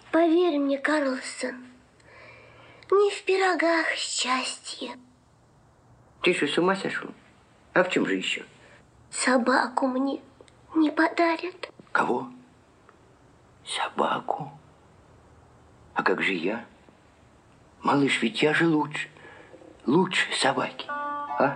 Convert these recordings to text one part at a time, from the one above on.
Поверь мне, Карлсон, не в пирогах счастье. Ты что, с ума сошел? А в чем же еще? Собаку мне не подарят. Кого? Собаку? А как же я? Малыш, ведь я же лучше собаки, а?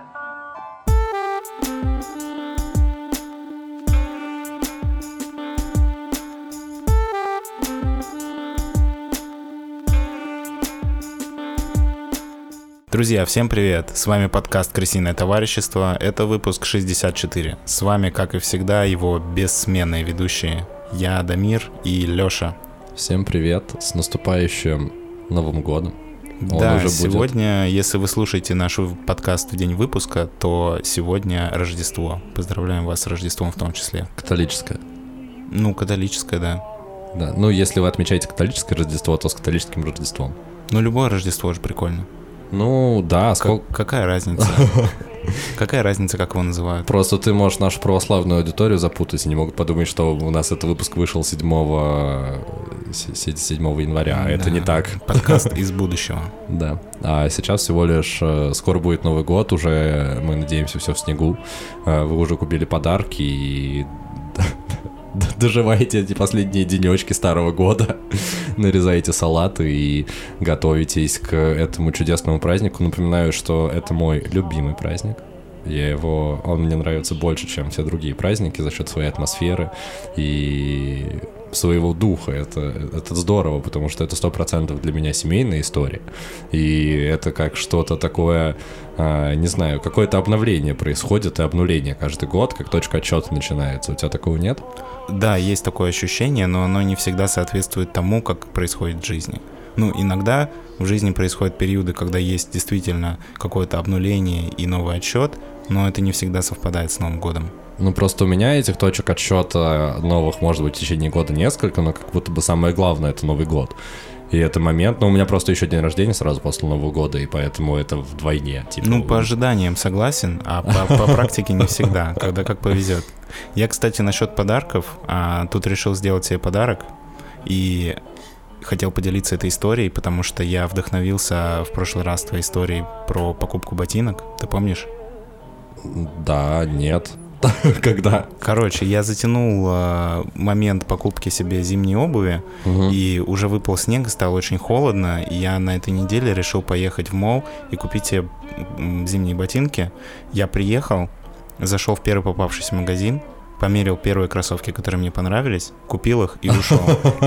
Друзья, всем привет! С вами подкаст «Крысиное товарищество». Это выпуск 64. С вами, как и всегда, его бессменные ведущие. Я, Дамир, и Лёша. Всем привет! С наступающим Новым годом! Да, уже сегодня, если вы слушаете наш подкаст в день выпуска, то сегодня Рождество. Поздравляем вас с Рождеством в том числе. Католическое. Ну, католическое, да. Да, ну если вы отмечаете католическое Рождество, то с католическим Рождеством. Ну, любое Рождество же прикольно. Ну, да, Какая разница? Какая разница, как его называют? Просто ты можешь нашу православную аудиторию запутать, и не могут подумать, что у нас этот выпуск вышел 7 января, а это не так. Подкаст из будущего. Да, а сейчас всего лишь скоро будет Новый год, уже мы надеемся, все в снегу, вы уже купили подарки и доживаете эти последние денечки старого года, нарезаете салаты и готовитесь к этому чудесному празднику. Напоминаю, что это мой любимый праздник. Он мне нравится больше, чем все другие праздники за счет своей атмосферы и своего духа. Это здорово, потому что это 100% для меня семейная история. И это как что-то такое, не знаю, какое-то обновление происходит, и обнуление каждый год, как точка отсчета начинается. У тебя такого нет? Да, есть такое ощущение, но оно не всегда соответствует тому, как происходит в жизни. Ну, иногда в жизни происходят периоды, когда есть действительно какое-то обнуление и новый отсчет, но это не всегда совпадает с Новым годом. Ну, просто у меня этих точек отсчета новых, может быть, в течение года несколько, но как будто бы самое главное — это Новый год. И это момент, у меня просто еще день рождения сразу после Нового года, и поэтому это вдвойне. Ну, по ожиданиям согласен, а по практике не всегда, когда как повезет. Я, кстати, насчет подарков, тут решил сделать себе подарок, и хотел поделиться этой историей, потому что я вдохновился в прошлый раз твоей историей про покупку ботинок, ты помнишь? Да, нет. Когда? Короче, я затянул момент покупки себе зимней обуви, и уже выпал снег, стало очень холодно, и я на этой неделе решил поехать в молл и купить себе зимние ботинки. Я приехал, зашел в первый попавшийся магазин, померил первые кроссовки, которые мне понравились, купил их и ушел.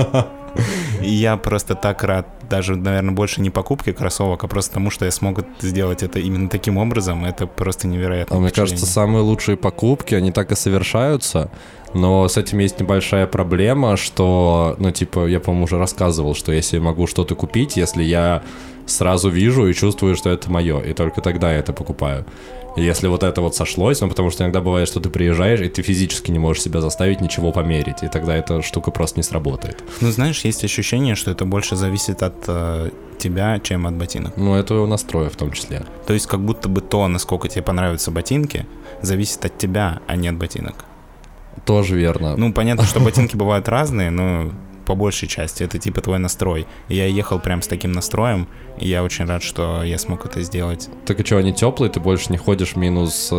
И я просто так рад, даже, наверное, больше не покупке кроссовок, а просто тому, что я смог сделать это именно таким образом. Это просто невероятно. Мне кажется, самые лучшие покупки, они так и совершаются, но с этим есть небольшая проблема, что, я, по-моему, уже рассказывал, что я себе могу что-то купить, если я сразу вижу и чувствую, что это мое, и только тогда я это покупаю. Если вот это вот сошлось, потому что иногда бывает, что ты приезжаешь, и ты физически не можешь себя заставить ничего померить, и тогда эта штука просто не сработает. Ну, знаешь, есть ощущение, что это больше зависит от тебя, чем от ботинок. Ну, это твоего настроя в том числе. То есть как будто бы то, насколько тебе понравятся ботинки, зависит от тебя, а не от ботинок. Тоже верно. Ну, понятно, что ботинки бывают разные, но по большей части это типа твой настрой. И я ехал прям с таким настроем, и я очень рад, что я смог это сделать. Так и что, они теплые? Ты больше не ходишь минус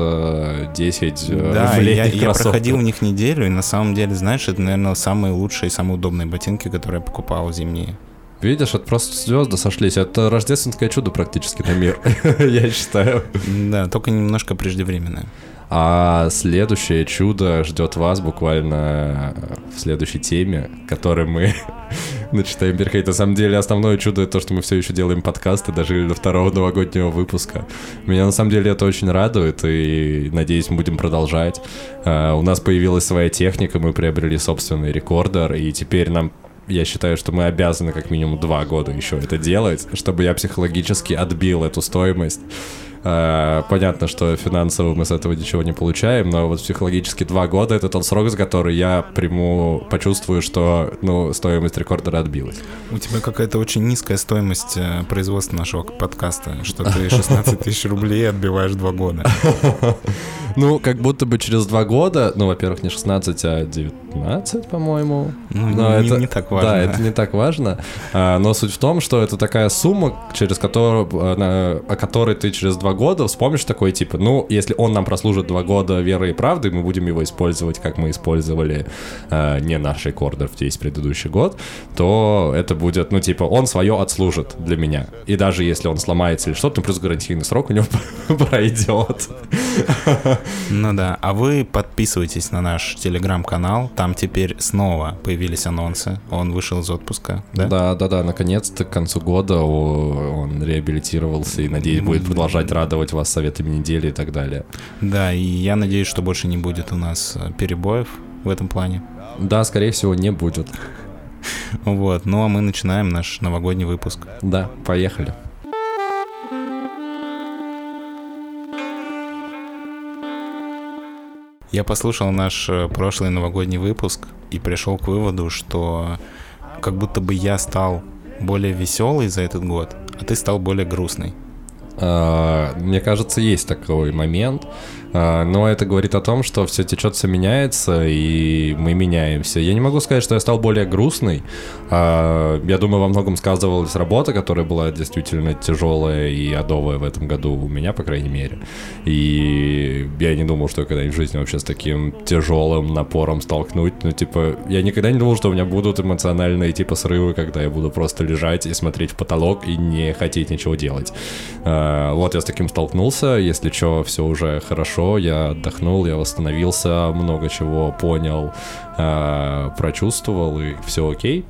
10 да, в летних я проходил в них неделю, и на самом деле, знаешь, это, наверное, самые лучшие и самые удобные ботинки, которые я покупал зимние. Видишь, это просто звезды сошлись. Это рождественское чудо практически на мир, я считаю. Да, только немножко преждевременное. А следующее чудо ждет вас буквально в следующей теме, которой мы начинаем переходить. На самом деле, основное чудо — это то, что мы все еще делаем подкасты, дожили до второго новогоднего выпуска. Меня на самом деле это очень радует, и надеюсь, мы будем продолжать. У нас появилась своя техника, мы приобрели собственный рекордер, и теперь я считаю, что мы обязаны как минимум 2 года еще это делать, чтобы я психологически отбил эту стоимость. Понятно, что финансово мы с этого ничего не получаем, но вот психологически 2 года — это тот срок, с которым я почувствую, что, стоимость рекордера отбилась. У тебя какая-то очень низкая стоимость производства нашего подкаста, что ты 16 тысяч рублей отбиваешь 2 года. Как будто бы через 2 года, во-первых, не 16, а 19, по-моему. Не так важно. Да, это не так важно. Но суть в том, что это такая сумма, о которой ты через 2 года вспомнишь такой, типа, если он нам прослужит 2 года верой и правдой, мы будем его использовать, как мы использовали не наш рекордер в весь предыдущий год, то это будет, он свое отслужит для меня. И даже если он сломается или что-то, плюс гарантийный срок у него пройдет. Ну да, а вы подписывайтесь на наш телеграм-канал, там теперь снова появились анонсы, он вышел из отпуска, да? Да, наконец-то к концу года он реабилитировался и, надеюсь, будет продолжать радовать вас советами недели и так далее. Да, и я надеюсь, что больше не будет у нас перебоев в этом плане. Да, скорее всего, не будет. Вот, а мы начинаем наш новогодний выпуск. Да, поехали. Я послушал наш прошлый новогодний выпуск и пришел к выводу, что как будто бы я стал более веселый за этот год, а ты стал более грустный. Мне кажется, есть такой момент, но это говорит о том, что все течет, все меняется, и мы меняемся. Я не могу сказать, что я стал более грустный. Я думаю, во многом сказывалась работа, которая была действительно тяжелая и адовая в этом году, у меня, по крайней мере. И я не думал, что я когда-нибудь в жизни вообще с таким тяжелым напором столкнуть. Я никогда не думал, что у меня будут эмоциональные срывы, когда я буду просто лежать и смотреть в потолок и не хотеть ничего делать. Вот я с таким столкнулся, если что, все уже хорошо, я отдохнул, я восстановился, много чего понял, прочувствовал, и все окей.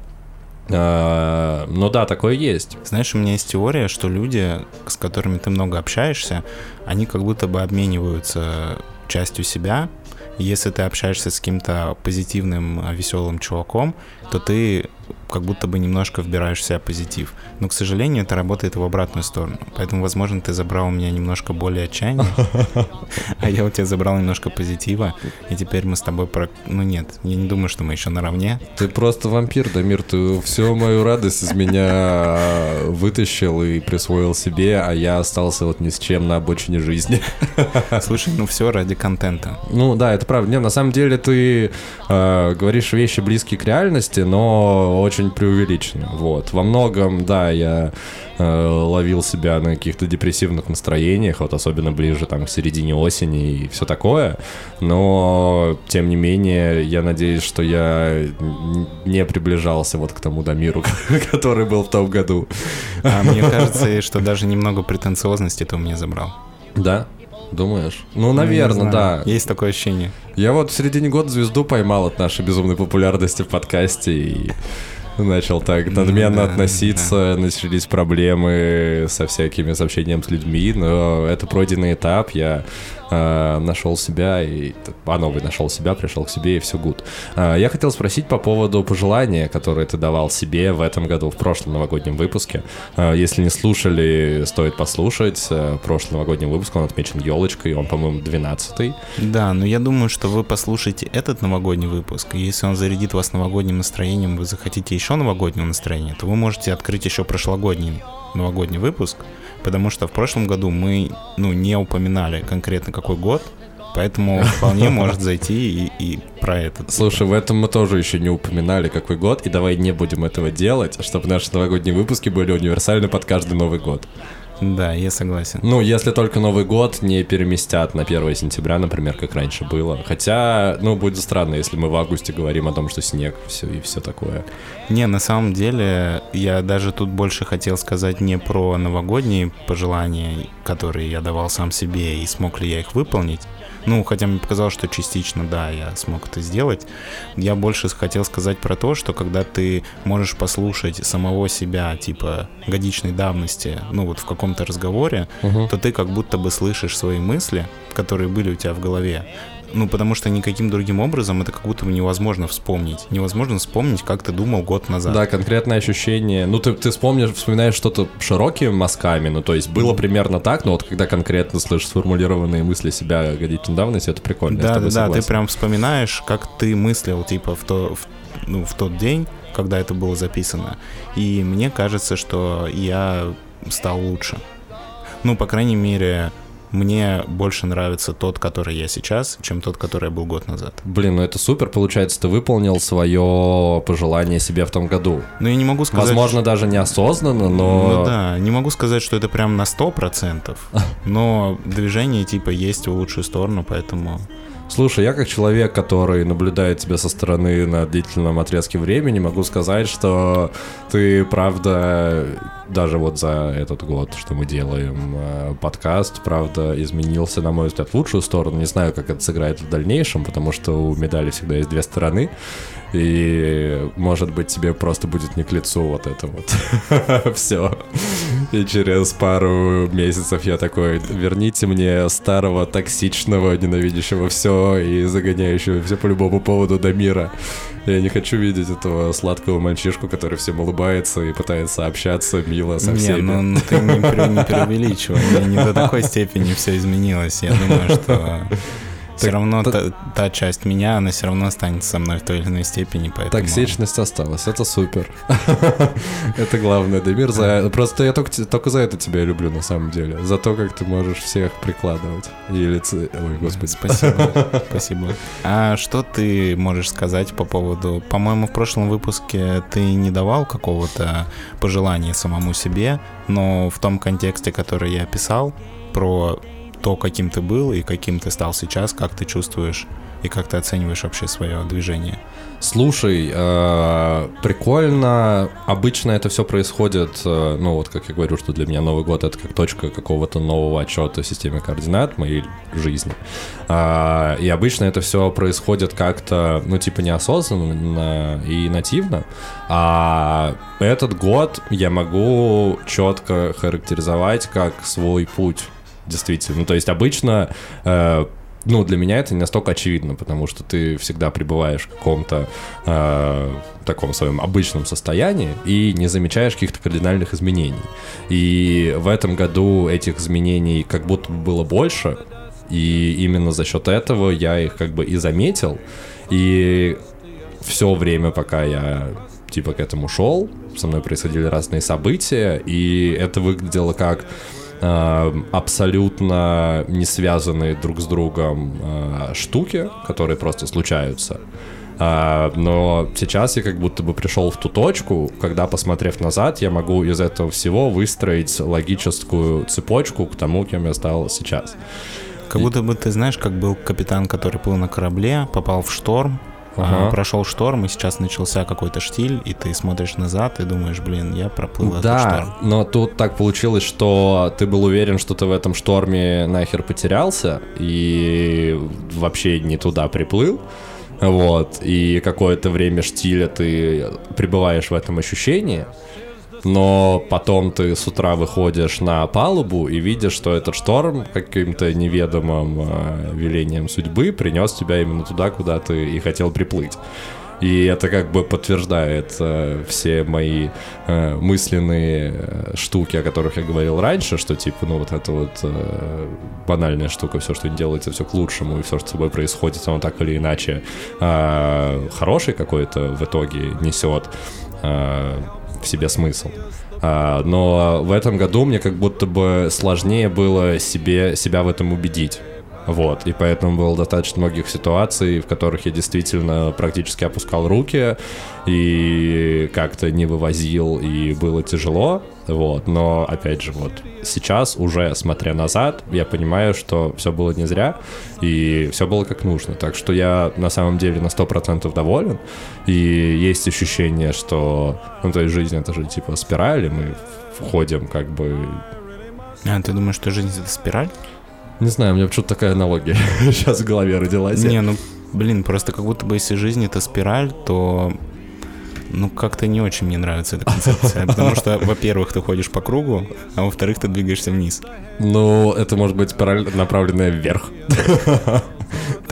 Да, такое есть. Знаешь, у меня есть теория, что люди, с которыми ты много общаешься, они как будто бы обмениваются частью себя. Если ты общаешься с каким-то позитивным, веселым чуваком, то ты как будто бы немножко вбираешь в себя позитив. Но, к сожалению, это работает в обратную сторону. Поэтому, возможно, ты забрал у меня немножко более отчаяния, а я у тебя забрал немножко позитива, и теперь мы с тобой... нет, я не думаю, что мы еще наравне. Ты просто вампир, Дамир, ты всю мою радость из меня вытащил и присвоил себе, а я остался ни с чем на обочине жизни. Слушай, все ради контента. Да, это правда. На самом деле ты говоришь вещи близкие к реальности, но очень преувеличенно. Вот. Во многом, да, я ловил себя на каких-то депрессивных настроениях, особенно ближе к середине осени и все такое. Но, тем не менее, я надеюсь, что я не приближался к тому Дамиру, который был в том году. Мне кажется, что даже немного претенциозности ты у меня забрал. Да? Думаешь? Наверное, да. Есть такое ощущение. Я в середине года звезду поймал от нашей безумной популярности в подкасте и начал так надменно относиться, начались проблемы со всякими сообщениями с людьми, но это пройденный этап, я нашел себя, пришел к себе, и все good. Я хотел спросить по поводу пожелания, которые ты давал себе в этом году, в прошлом новогоднем выпуске. Если не слушали, стоит послушать. Прошлый новогодний выпуск, он отмечен елочкой, он, по-моему, 12-й. Да, но я думаю, что вы послушаете этот новогодний выпуск, и если он зарядит вас новогодним настроением, вы захотите еще новогоднего настроения, то вы можете открыть еще прошлогодний новогодний выпуск, потому что в прошлом году мы, не упоминали конкретно какой год, поэтому вполне может зайти и про это. Слушай, в этом мы тоже еще не упоминали какой год, и давай не будем этого делать, чтобы наши новогодние выпуски были универсальны под каждый Новый год. Да, я согласен. Если только Новый год не переместят на 1 сентября, например, как раньше было. Хотя, будет странно, если мы в августе говорим о том, что снег, все такое. Не, на самом деле, я даже тут больше хотел сказать не про новогодние пожелания, которые я давал сам себе, и смог ли я их выполнить. Хотя мне показалось, что частично, да, я смог это сделать. Я больше хотел сказать про то, что когда ты можешь послушать самого себя, годичной давности, в каком-то разговоре, то ты как будто бы слышишь свои мысли, которые были у тебя в голове. потому что никаким другим образом это как будто бы невозможно вспомнить. Невозможно вспомнить, как ты думал год назад. Да, конкретное ощущение. Ну, ты вспоминаешь что-то широкими мазками, ну, то есть было примерно так, но вот когда конкретно слышишь сформулированные мысли себя годичной давности, это прикольно. Да, ты прям вспоминаешь, как ты мыслил, типа, в тот день, когда это было записано. И мне кажется, что я стал лучше. Ну, по крайней мере, мне больше нравится тот, который я сейчас, чем тот, который я был год назад. Блин, ну это супер, получается, ты выполнил свое пожелание себе в том году. Ну, я не могу сказать... Возможно, даже неосознанно, но... Ну да, не могу сказать, что это прям на 100%, но движение, типа, есть в лучшую сторону, поэтому... Слушай, я как человек, который наблюдает тебя со стороны на длительном отрезке времени, могу сказать, что ты, правда, даже вот за этот год, что мы делаем подкаст, правда, изменился, на мой взгляд, в лучшую сторону. Не знаю, как это сыграет в дальнейшем, потому что у медали всегда есть две стороны. И, может быть, тебе просто будет не к лицу вот это вот все. И через пару месяцев я такой: верните мне старого, токсичного, ненавидящего все и загоняющего все по любому поводу до мира. Я не хочу видеть этого сладкого мальчишку, который всем улыбается и пытается общаться мило со всеми. Не, ты не преувеличивай. Не до такой степени все изменилось. Я думаю, что... Все равно та часть меня, она все равно останется со мной в той или иной степени, поэтому... Токсичность осталась, это супер. Это главное, Дамир. Просто я только за это тебя люблю, на самом деле. За то, как ты можешь всех прикладывать. Ой, господи. Спасибо. А что ты можешь сказать по поводу... По-моему, в прошлом выпуске ты не давал какого-то пожелания самому себе, но в том контексте, который я описал, про... то, каким ты был и каким ты стал сейчас, как ты чувствуешь и как ты оцениваешь вообще свое движение? Слушай, прикольно. Обычно это все происходит, ну вот как я говорю, что для меня Новый год — это как точка какого-то нового отчета в системе координат моей жизни. И обычно это все происходит как-то, ну типа неосознанно и нативно. А этот год я могу четко характеризовать как свой путь. Действительно. Ну, то есть обычно, ну, для меня это не настолько очевидно, потому что ты всегда пребываешь в каком-то таком своем обычном состоянии и не замечаешь каких-то кардинальных изменений. И в этом году этих изменений как будто бы было больше, и именно за счет этого я их как бы и заметил. И все время, пока я типа к этому шел, со мной происходили разные события, и это выглядело как... абсолютно не связанные друг с другом штуки, которые просто случаются. Но сейчас я как будто бы пришел в ту точку, когда, посмотрев назад, я могу из этого всего выстроить логическую цепочку к тому, кем я стал сейчас. Как будто бы ты знаешь, как был капитан, который плыл на корабле, попал в шторм, прошел шторм, и сейчас начался какой-то штиль, и ты смотришь назад и думаешь, блин, я проплыл этот шторм. Да, но тут так получилось, что ты был уверен, что ты в этом шторме нахер потерялся и вообще не туда приплыл. Вот, и какое-то время штиля ты пребываешь в этом ощущении, но потом ты с утра выходишь на палубу и видишь, что этот шторм каким-то неведомым велением судьбы принес тебя именно туда, куда ты и хотел приплыть. И это как бы подтверждает все мои мысленные штуки, о которых я говорил раньше, что типа, ну вот это вот банальная штука, все, что делается, все к лучшему, и все, что с тобой происходит, оно так или иначе хороший какой-то в итоге несет в себе смысл. Но в этом году мне как будто бы сложнее было себя в этом убедить. Вот, и поэтому было достаточно многих ситуаций, в которых я действительно практически опускал руки и как-то не вывозил, и было тяжело, вот, но, опять же, вот, сейчас уже, смотря назад, я понимаю, что все было не зря, и все было как нужно, так что я, на самом деле, на 100% доволен, и есть ощущение, что, ну, то есть жизнь — это же, типа, спираль, и мы входим, как бы... А, ты думаешь, что жизнь — это спираль? Не знаю, у меня почему-то такая аналогия сейчас в голове родилась. Не, ну, блин, просто как будто бы если жизнь — это спираль, то, ну, как-то не очень мне нравится эта концепция. Потому что, во-первых, ты ходишь по кругу, а во-вторых, ты двигаешься вниз. Ну, это может быть спираль, направленная вверх.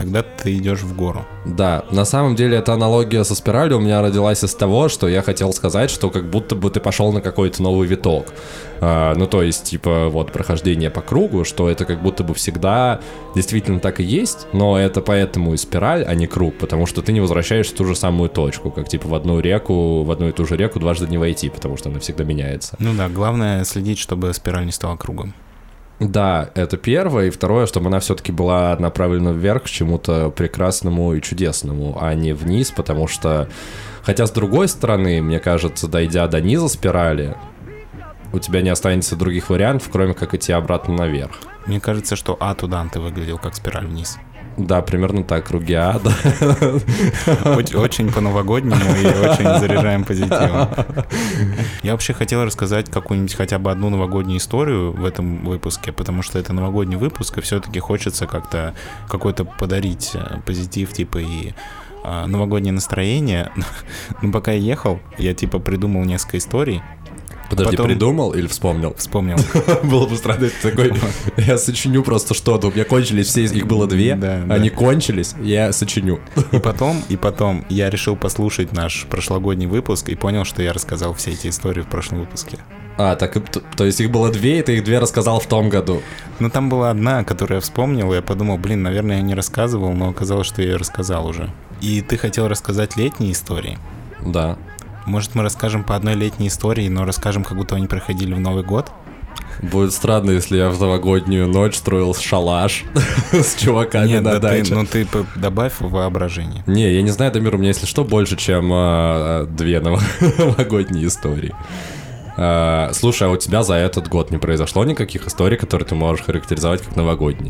тогда ты идешь в гору. Да, на самом деле эта аналогия со спиралью у меня родилась из того, что я хотел сказать, что как будто бы ты пошел на какой-то новый виток. Ну, то есть, типа, вот прохождение по кругу, что это как будто бы всегда действительно так и есть, но это поэтому и спираль, а не круг, потому что ты не возвращаешься в ту же самую точку, как, типа, в одну и ту же реку дважды не войти, потому что она всегда меняется. Ну да, главное следить, чтобы спираль не стала кругом. Да, это первое. И второе, чтобы она все-таки была направлена вверх к чему-то прекрасному и чудесному, а не вниз, потому что... Хотя, с другой стороны, мне кажется, дойдя до низа спирали, у тебя не останется других вариантов, кроме как идти обратно наверх. Мне кажется, что ты выглядел как спираль вниз. Да, примерно так, круги А, да. Очень по-новогоднему и очень заряжаем позитивом. Я вообще хотел рассказать какую-нибудь хотя бы одну новогоднюю историю в этом выпуске, потому что это новогодний выпуск, и все-таки хочется как-то какой-то подарить позитив, типа, и новогоднее настроение. Но пока я ехал, я, типа, придумал несколько историй. Подожди, потом... придумал или вспомнил? Вспомнил. Было бы странно, такой, я сочиню просто что-то. У меня кончились все, их было 2, они кончились, я сочиню. И потом я решил послушать наш прошлогодний выпуск и понял, что я рассказал все эти истории в прошлом выпуске. Так, то есть их было 2, и ты их 2 рассказал в том году? Ну, там была одна, которую я вспомнил, и я подумал, наверное, я не рассказывал, но оказалось, что я ее рассказал уже. И ты хотел рассказать летние истории? Да. Может, мы расскажем по одной летней истории, но расскажем, как будто они проходили в Новый год? Будет странно, если я в новогоднюю ночь строил шалаш с чуваками на даче. Ты добавь воображение. Не, я не знаю, Дамир, у меня, если что, больше, чем 2 новогодние истории. Слушай, а у тебя за этот год не произошло никаких историй, которые ты можешь характеризовать как новогодние?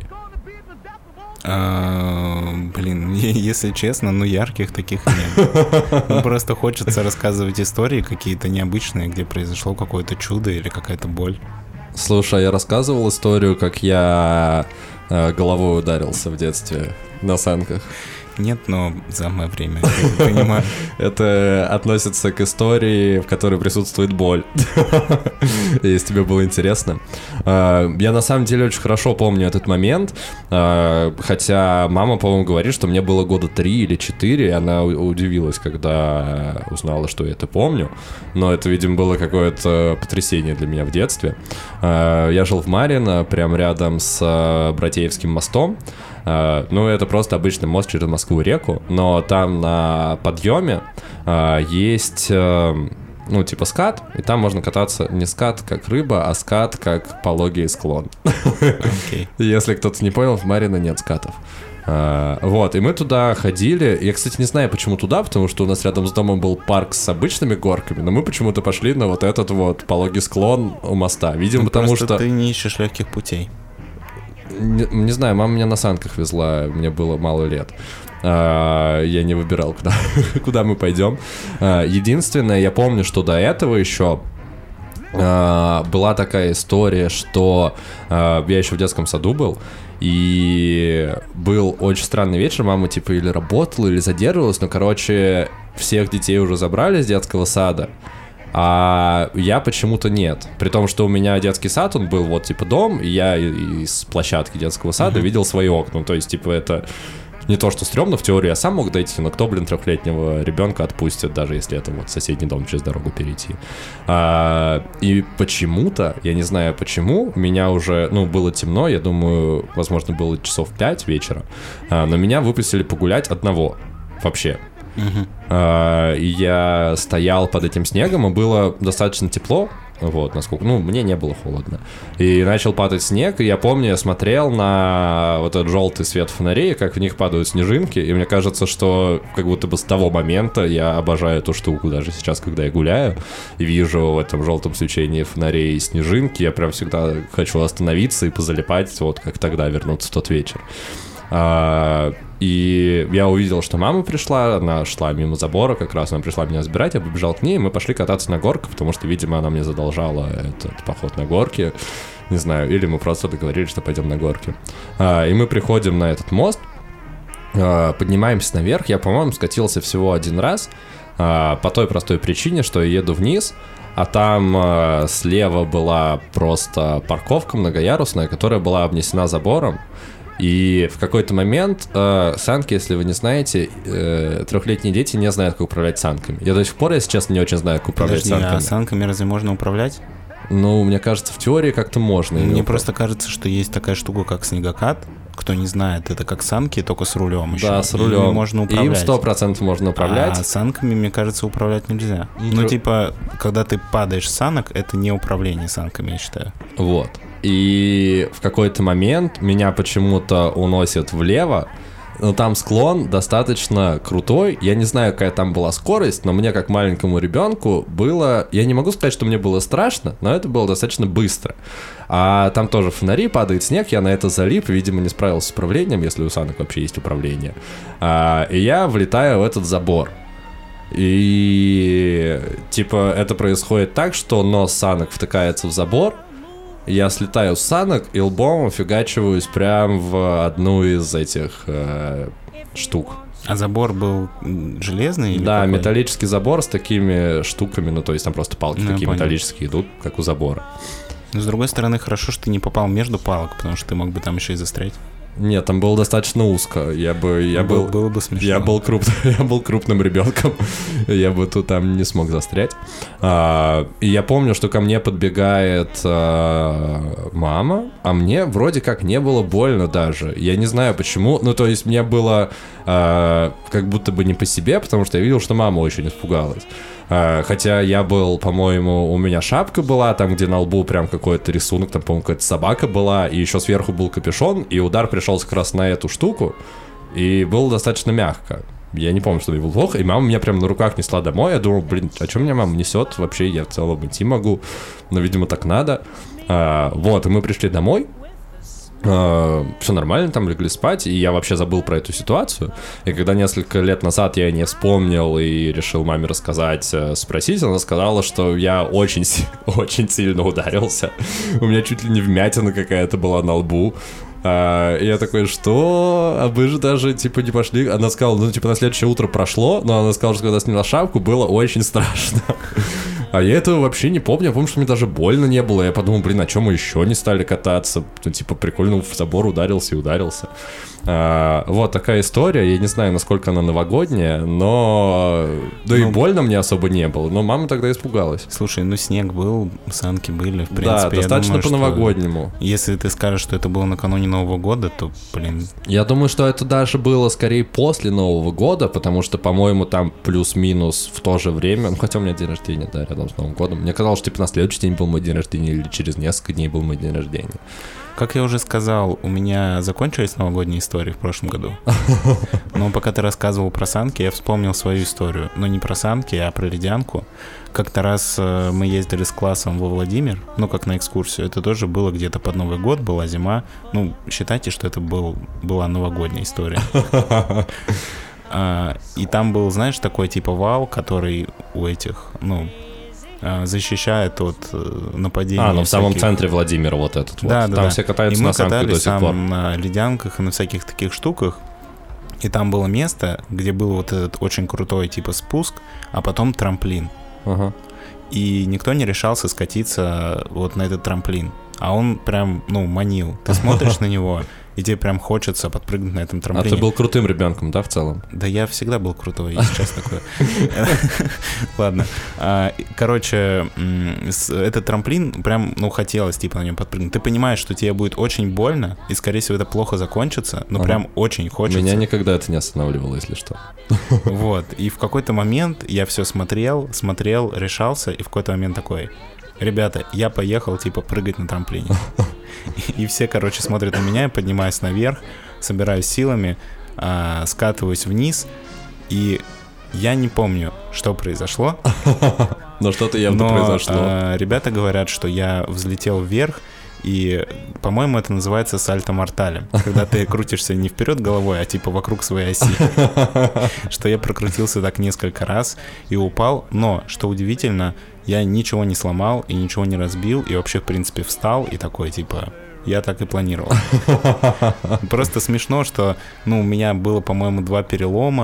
Если честно, ярких таких нет. Просто хочется рассказывать истории какие-то необычные, где произошло какое-то чудо или какая-то боль. Слушай, я рассказывал историю, как я головой ударился в детстве на санках. Нет, но самое время, я понимаю. Это относится к истории, в которой присутствует боль. Если тебе было интересно. Я на самом деле очень хорошо помню этот момент, хотя мама, по-моему, говорит, что мне было года 3 или 4, и она удивилась, когда узнала, что я это помню. Но это, видимо, было какое-то потрясение для меня в детстве. Я жил в Марьино, прямо рядом с Братеевским мостом. Это просто обычный мост через Москву-реку, но там на подъеме есть, скат, и там можно кататься не скат как рыба, а скат как пологий склон. Okay. Если кто-то не понял, в Марьино нет скатов. И мы туда ходили. Я, кстати, не знаю, почему туда, потому что у нас рядом с домом был парк с обычными горками, но мы почему-то пошли на вот этот вот пологий склон у моста. Видимо, потому что... ты не ищешь легких путей. Не знаю, мама меня на санках везла, мне было мало лет. Я не выбирал, куда мы пойдем. Единственное, я помню, что до этого еще была такая история, что я еще в детском саду был, и был очень странный вечер, мама или работала, или задерживалась, всех детей уже забрали с детского сада, а я почему-то нет. При том, что у меня детский сад, он был дом, и я из площадки детского сада видел свои окна. То есть, это не то, что стрёмно, в теории я сам мог дойти, но кто, 3-летнего ребенка отпустит, даже если это соседний дом через дорогу перейти. И почему-то, я не знаю почему, меня уже, было темно, я думаю, возможно, было часов 5 вечера, но меня выпустили погулять одного вообще. И я стоял под этим снегом, и было достаточно тепло, насколько, мне не было холодно. И начал падать снег, и я помню, я смотрел на этот желтый свет фонарей, как в них падают снежинки, и мне кажется, что как будто бы с того момента я обожаю эту штуку, даже сейчас, когда я гуляю, и вижу в этом желтом свечении фонарей снежинки, я прям всегда хочу остановиться и позалипать, как тогда, вернуться в тот вечер. И я увидел, что мама пришла, она шла мимо забора, как раз она пришла меня забирать, я побежал к ней, и мы пошли кататься на горках, потому что, видимо, она мне задолжала этот поход на горки, не знаю, или мы просто договорились, что пойдем на горки. И мы приходим на этот мост, поднимаемся наверх, я, по-моему, скатился всего 1 раз, по той простой причине, что я еду вниз, а там слева была просто парковка многоярусная, которая была обнесена забором. И в какой-то момент санки, если вы не знаете, 3-летние дети не знают, как управлять санками. Я до сих пор, если честно, не очень знаю, как управлять санками. А санками разве можно управлять? Ну, мне кажется, в теории как-то можно. Мне просто кажется, что есть такая штука, как снегокат. Кто не знает, это как санки, только с рулем еще. Да, с рулем. Можно управлять. Им 100% можно управлять. А санками, мне кажется, управлять нельзя. Ну, типа, когда ты падаешь с санок, это не управление санками, я считаю. Вот. И в какой-то момент меня почему-то уносят влево, но там склон достаточно крутой. Я не знаю, какая там была скорость, но мне, как маленькому ребенку, было... Я не могу сказать, что мне было страшно, но это было достаточно быстро. А там тоже фонари, падает снег, я на это залип, видимо, не справился с управлением, если у санок вообще есть управление. И я влетаю в этот забор. И, типа, это происходит так, что нос санок втыкается в забор, я слетаю с санок и лбом фигачиваюсь прям в одну из этих штук. А забор был железный? Или да, какой? Металлический забор с такими штуками, ну то есть там просто палки такие металлические идут, как у забора. Но с другой стороны, хорошо, что ты не попал между палок, потому что ты мог бы там еще и застрять. Нет, там было достаточно узко. Было бы смешно. Я был крупным ребенком. Я бы тут там не смог застрять. И я помню, что ко мне подбегает мама, а мне вроде как не было больно даже. Я не знаю почему. Ну, то есть мне было как будто бы не по себе, потому что я видел, что мама очень испугалась. Хотя я был, по-моему, у меня шапка была, там, где на лбу прям какой-то рисунок, там, по-моему, какая-то собака была, и еще сверху был капюшон, и удар пришелся как раз на эту штуку, и было достаточно мягко. Я не помню, что мне было плохо, и мама меня прям на руках несла домой. Я думал, блин, а что меня мама несет? Вообще, я в целом идти могу, но, видимо, так надо. Вот, и мы пришли домой. Все нормально, там легли спать, и я вообще забыл про эту ситуацию. И когда несколько лет назад я не вспомнил и решил маме рассказать, спросить, она сказала, что я очень сильно ударился. У меня чуть ли не вмятина какая-то была на лбу. И я такой, что? А вы же даже, типа, не пошли. Она сказала, ну, типа, на следующее утро прошло, но она сказала, что когда сняла шапку, было очень страшно. А я этого вообще не помню. Я помню, что мне даже больно не было. Я подумал, блин, а чем мы еще не стали кататься? Ну, типа, прикольно, в забор ударился и ударился. Вот такая история. Я не знаю, насколько она новогодняя, но... Да и больно мне особо не было. Но мама тогда испугалась. Слушай, ну снег был, санки были, в принципе. Да, достаточно по-новогоднему. Если ты скажешь, что это было накануне Нового года, то, блин... Я думаю, что это даже было скорее после Нового года, потому что, по-моему, там плюс-минус в то же время... Ну, хотя у меня день рождения, да, рядом с Новым годом. Мне казалось, что типа на следующий день был мой день рождения или через несколько дней был мой день рождения. Как я уже сказал, у меня закончились новогодние истории в прошлом году. Но пока ты рассказывал про санки, я вспомнил свою историю. Но не про санки, а про ледянку. Как-то раз мы ездили с классом во Владимир, ну, как на экскурсию. Это тоже было где-то под Новый год, была зима. Ну, считайте, что это была новогодняя история. И там был, знаешь, такой типа вал, который у этих, ну... защищает от нападения. Ну в самом центре Владимира вот этот вот. Да, там все катаются на санках до сих пор. На ледянках и на всяких таких штуках. И там было место, где был вот этот очень крутой типа спуск, а потом трамплин. Ага. И никто не решался скатиться вот на этот трамплин. А он прям, ну, манил. Ты смотришь на него, и тебе прям хочется подпрыгнуть на этом трамплине. А ты был крутым ребенком, да, в целом? Да я всегда был крутой, и сейчас такое. Ладно. Короче, этот трамплин прям, ну, хотелось, типа, на нем подпрыгнуть. Ты понимаешь, что тебе будет очень больно, и, скорее всего, это плохо закончится, но прям очень хочется. Меня никогда это не останавливало, если что. Вот. И в какой-то момент я все смотрел, решался, и в какой-то момент такой... Ребята, я поехал, типа, прыгать на трамплине. И все, короче, смотрят на меня, я поднимаюсь наверх, собираюсь силами, скатываюсь вниз, и я не помню, что произошло. Но что-то явно произошло. Ребята говорят, что я взлетел вверх, и, по-моему, это называется сальто-мортале, когда ты крутишься не вперед головой, а типа вокруг своей оси. Что я прокрутился так несколько раз и упал, но, что удивительно, я ничего не сломал и ничего не разбил, и вообще, в принципе, встал и такой, типа, я так и планировал. Просто смешно, что, ну, у меня было, по-моему, 2 перелома,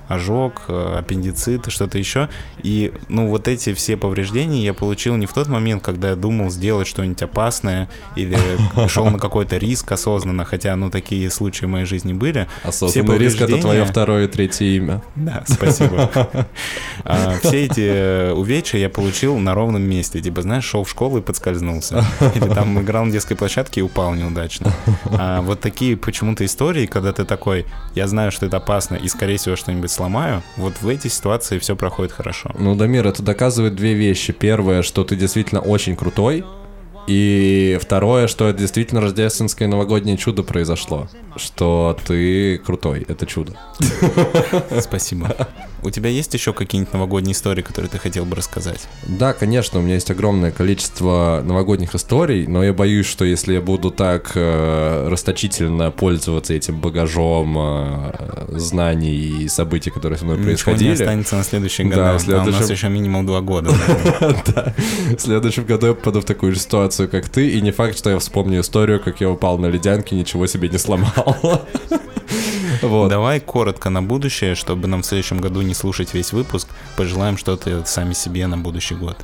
ожог, аппендицит, что-то еще. И, ну, вот эти все повреждения я получил не в тот момент, когда я думал сделать что-нибудь опасное или шел на какой-то риск осознанно, хотя, ну, такие случаи в моей жизни были. Осознанный риск — это твое второе и третье имя. Да, спасибо. Все эти увечья я получил на ровном месте. Типа, знаешь, шел в школу и подскользнулся. Или там играл на детской площадке и упал неудачно. А вот такие почему-то истории, когда ты такой, я знаю, что это опасно, и, скорее всего, что-нибудь сломаю, вот в эти ситуации все проходит хорошо. Ну, Дамир, это доказывает две вещи. Первое, что ты действительно очень крутой. И второе, что это действительно рождественское новогоднее чудо произошло. Что ты крутой, это чудо. Спасибо. У тебя есть еще какие-нибудь новогодние истории, которые ты хотел бы рассказать? Да, конечно, у меня есть огромное количество новогодних историй, но я боюсь, что если я буду так расточительно пользоваться этим багажом знаний и событий, которые со мной происходили... Ничего не останется на следующий год. Да, у нас еще минимум 2 года. Да. В следующем году я попаду в такую же ситуацию, как ты, и не факт, что я вспомню историю, как я упал на ледянке, ничего себе не сломал. Вот. Давай коротко на будущее, чтобы нам в следующем году не слушать весь выпуск, пожелаем что-то сами себе на будущий год.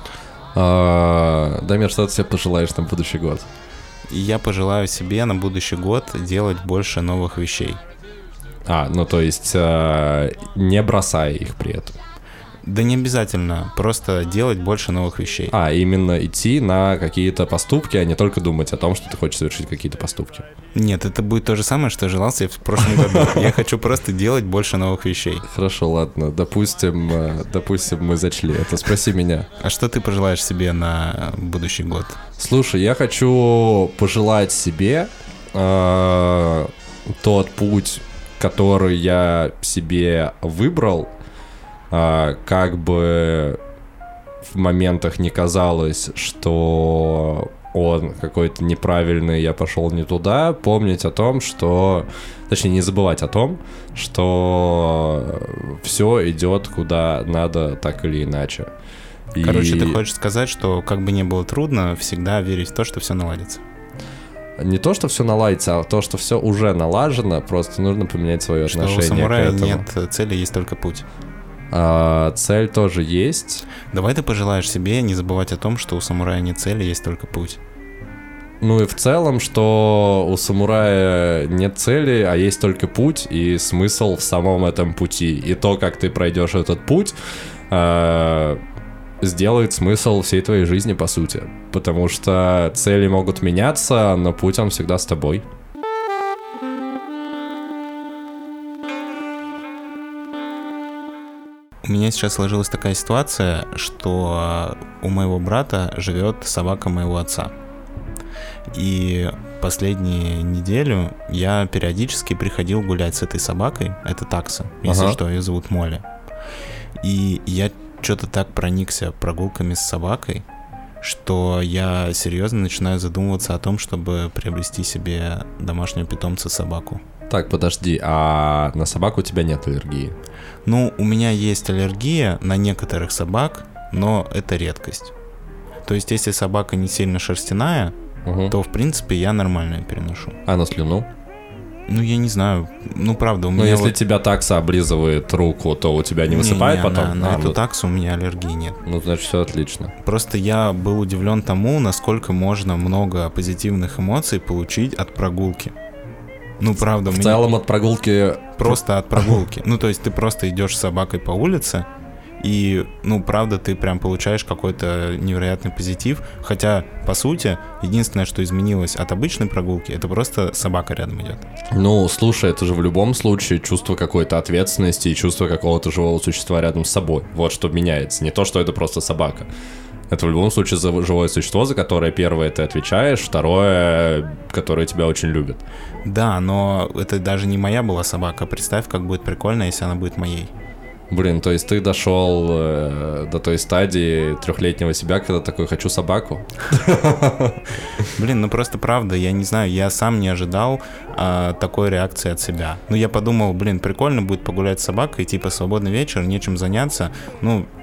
Дамир, что ты себе пожелаешь на будущий год? Я пожелаю себе на будущий год делать больше новых вещей. Ну то есть не бросая их при этом. Да не обязательно, просто делать больше новых вещей. Именно идти на какие-то поступки, а не только думать о том, что ты хочешь совершить какие-то поступки. Нет, это будет то же самое, что я желал себе в прошлом году. Я хочу просто делать больше новых вещей. Хорошо, ладно, допустим, мы зачли это. Спроси меня. А что ты пожелаешь себе на будущий год? Слушай, я хочу пожелать себе тот путь, который я себе выбрал, как бы в моментах не казалось, что он какой-то неправильный, я пошел не туда, помнить о том, что... Точнее, не забывать о том, что все идет куда надо, так или иначе. Короче, ты хочешь сказать, что как бы ни было трудно, всегда верить в то, что все наладится? Не то, что все наладится, а то, что все уже налажено, просто нужно поменять свое отношение к этому. Что у самурая нет цели, есть только путь. Цель тоже есть. Давай ты пожелаешь себе не забывать о том, что у самурая нет цели, есть только путь. Ну и в целом, что у самурая нет цели, а есть только путь, и смысл в самом этом пути. И то, как ты пройдешь этот путь, сделает смысл всей твоей жизни, по сути. Потому что цели могут меняться, но путь, он всегда с тобой. У меня сейчас сложилась такая ситуация, что у моего брата живет собака моего отца. И последнюю неделю я периодически приходил гулять с этой собакой. Это такса, если что, ее зовут Молли. И я что-то так проникся прогулками с собакой, что я серьезно начинаю задумываться о том, чтобы приобрести себе домашнего питомца собаку. Так, подожди, а на собаку у тебя нет аллергии? Ну, у меня есть аллергия на некоторых собак, но это редкость. То есть, если собака не сильно шерстяная, то, в принципе, я нормально ее переношу. А на слюну? Ну, я не знаю. Ну, правда, у меня... Но если тебя такса облизывает руку, то у тебя не высыпает потом? На эту таксу у меня аллергии нет. Ну, значит, все отлично. Просто я был удивлен тому, насколько можно много позитивных эмоций получить от прогулки. Ну, правда. В целом от прогулки... Просто от прогулки. Ну, то есть ты просто идешь с собакой по улице, и, ну, правда, ты прям получаешь какой-то невероятный позитив. Хотя, по сути, единственное, что изменилось от обычной прогулки, это просто собака рядом идет. Ну, слушай, это же в любом случае чувство какой-то ответственности и чувство какого-то живого существа рядом с собой. Вот что меняется. Не то, что это просто собака. Это в любом случае живое существо, за которое первое ты отвечаешь, второе, которое тебя очень любит. Да, но это даже не моя была собака. Представь, как будет прикольно, если она будет моей. Блин, то есть ты дошел до той стадии 3-летнего себя, когда такой: хочу собаку? Блин, ну просто правда, я не знаю, я сам не ожидал такой реакции от себя. Ну я подумал, блин, прикольно будет погулять с собакой, типа свободный вечер, нечем заняться. Ну,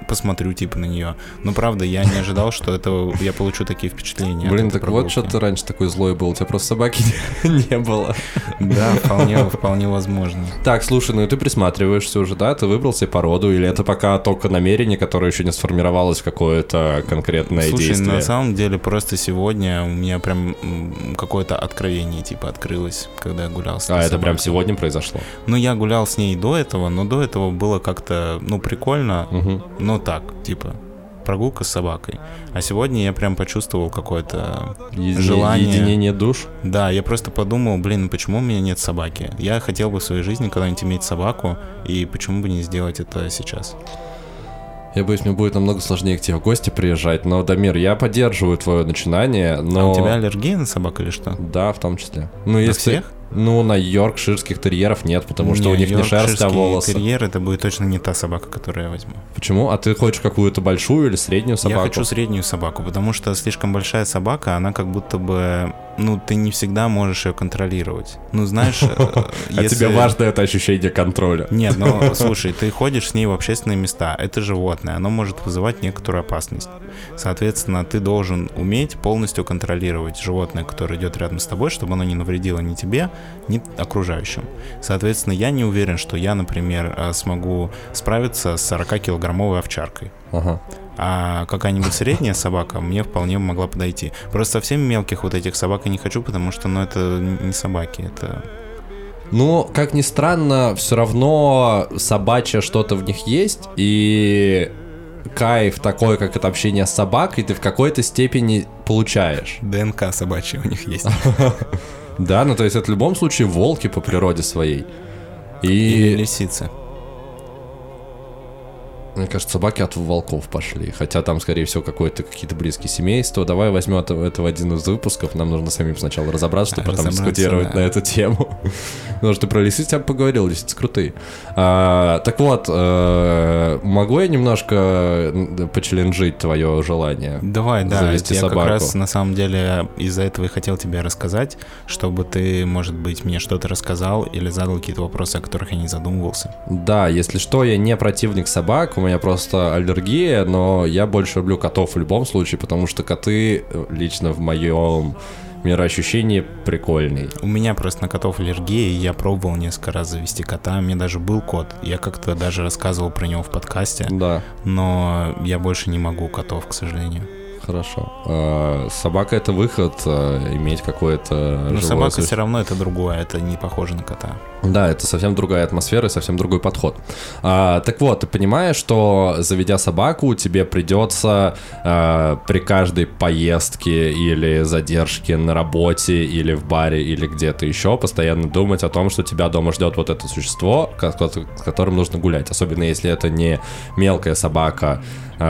посмотрю, типа, на нее. Но, правда, я не ожидал, что я получу такие впечатления. Блин, так вот, что ты раньше такой злой был, у тебя просто собаки не было. Да, вполне возможно. Так, слушай, ну и ты присматриваешься уже, да? Ты выбрал себе породу, или это пока только намерение, которое еще не сформировалось в какое-то конкретное действие? Слушай, на самом деле, просто сегодня у меня прям какое-то откровение, типа, открылось, когда я гулял с этой это собакой. прям сегодня произошло? Ну, я гулял с ней до этого, но до этого было как-то, прикольно, но так, типа, прогулка с собакой. А сегодня я прям почувствовал какое-то желание... Единение душ? Да, я просто подумал, почему у меня нет собаки? Я хотел бы в своей жизни когда-нибудь иметь собаку, и почему бы не сделать это сейчас? Я боюсь, мне будет намного сложнее к тебе в гости приезжать, но, Дамир, я поддерживаю твое начинание, но... А у тебя аллергия на собак или что? Да, в том числе. На всех? Ну, на йоркширских терьеров нет, потому что у них не шерсть, а волосы. Терьер — это будет точно не та собака, которую я возьму. Почему? А ты хочешь какую-то большую или среднюю собаку? Я хочу среднюю собаку, потому что слишком большая собака, она как будто бы... ты не всегда можешь ее контролировать. Знаешь... А тебе важно это ощущение контроля? Нет, слушай, ты ходишь с ней в общественные места, это животное, оно может вызывать некоторую опасность. Соответственно, ты должен уметь полностью контролировать животное, которое идет рядом с тобой, чтобы оно не навредило ни тебе, ни окружающим. Соответственно, я не уверен, что я, например, смогу справиться с 40-килограммовой овчаркой. Ага. А какая-нибудь средняя собака мне вполне могла подойти. Просто совсем мелких вот этих собак я не хочу, потому что, это не собаки, это... Как ни странно, все равно собачье что-то в них есть, и кайф такой, как это общение с собакой, ты в какой-то степени получаешь. ДНК собачья у них есть. Да, то есть это в любом случае волки по природе своей. Или лисицы. Мне кажется, собаки от волков пошли. Хотя там, скорее всего, какие-то близкие семейства. Давай возьмем это в один из выпусков. Нам нужно самим сначала разобраться, чтобы потом дискутировать на эту тему. Потому что ты про лисиц я бы поговорил, лисицы крутые. Так вот, могу я немножко почеленджить твое желание? Давай, да. Завести я собаку? Как раз, на самом деле, из-за этого и хотел тебе рассказать, чтобы ты, может быть, мне что-то рассказал или задал какие-то вопросы, о которых я не задумывался. Да, если что, я не противник собак, у меня просто аллергия, но я больше люблю котов в любом случае, потому что коты лично в моем мироощущении прикольный. У меня просто на котов аллергия, и я пробовал несколько раз завести кота, у меня даже был кот, я как-то даже рассказывал про него в подкасте, да. Но я больше не могу котов, к сожалению. Хорошо. Собака — это выход, иметь какое-то живое... собака все равно это другое, это не похоже на кота. Да, это совсем другая атмосфера и совсем другой подход. Так вот, ты понимаешь, что, заведя собаку, тебе придется при каждой поездке или задержке на работе, или в баре, или где-то еще постоянно думать о том, что тебя дома ждет вот это существо, с которым нужно гулять. Особенно если это не мелкая собака,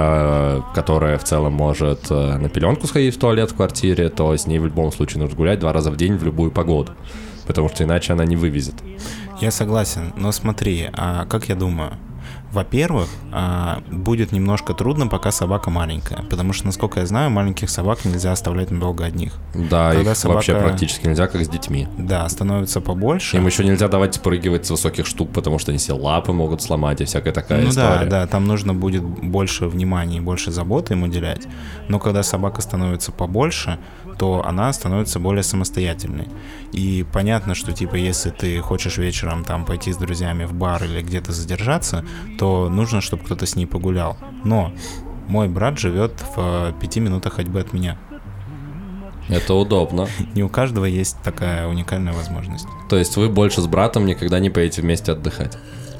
которая в целом может на пеленку сходить в туалет в квартире, то с ней в любом случае нужно гулять 2 раза в день в любую погоду, потому что иначе она не вывезет. Я согласен, но смотри, как я думаю, во-первых, будет немножко трудно, пока собака маленькая, потому что, насколько я знаю, маленьких собак нельзя оставлять надолго одних. Да, когда их собака, вообще практически нельзя, как с детьми. Да, становится побольше. Им еще нельзя давать спрыгивать с высоких штук, потому что они себе лапы могут сломать и всякая такая история. Да, там нужно будет больше внимания и больше заботы им уделять. Но когда собака становится побольше, то она становится более самостоятельной. И понятно, что типа если ты хочешь вечером там пойти с друзьями в бар или где-то задержаться, то нужно, чтобы кто-то с ней погулял. Но мой брат живет в 5 минутах ходьбы от меня. Это удобно. Не у каждого есть такая уникальная возможность. То есть вы больше с братом никогда не поедете вместе отдыхать?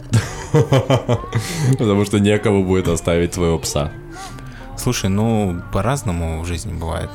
Потому что некому будет оставить своего пса. Слушай, по-разному в жизни бывает.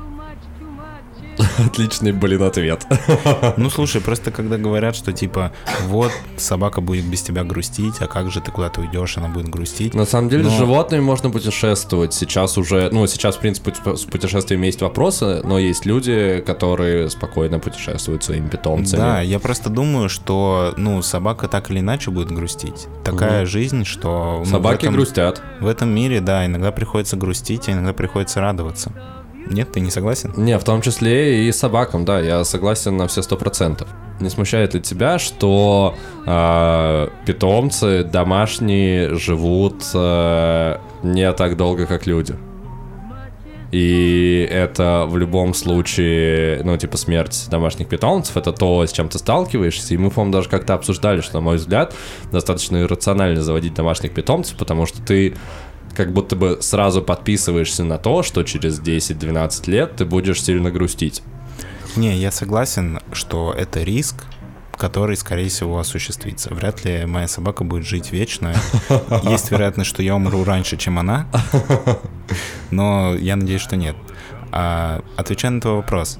Отличный, ответ. Слушай, просто когда говорят, что типа вот собака будет без тебя грустить, а как же ты куда-то уйдешь, она будет грустить. На самом деле с животными можно путешествовать. Сейчас уже, сейчас в принципе с путешествиями есть вопросы, но есть люди, которые спокойно путешествуют своими питомцами. Да, я просто думаю, что собака так или иначе будет грустить. Такая жизнь, что... Собаки грустят. В этом мире, да, иногда приходится грустить, а иногда приходится радоваться. Нет, ты не согласен? Не, в том числе и собакам, да, я согласен на все 100%. Не смущает ли тебя, что питомцы домашние живут не так долго, как люди? И это в любом случае, ну, типа, смерть домашних питомцев, это то, с чем ты сталкиваешься. И мы, по-моему, даже как-то обсуждали, что, на мой взгляд, достаточно иррационально заводить домашних питомцев, потому что ты как будто бы сразу подписываешься на то, что через 10-12 лет ты будешь сильно грустить. Не, я согласен, что это риск, который, скорее всего, осуществится. Вряд ли моя собака будет жить вечно. Есть вероятность, что я умру раньше, чем она, но я надеюсь, что нет. Отвечая на твой вопрос,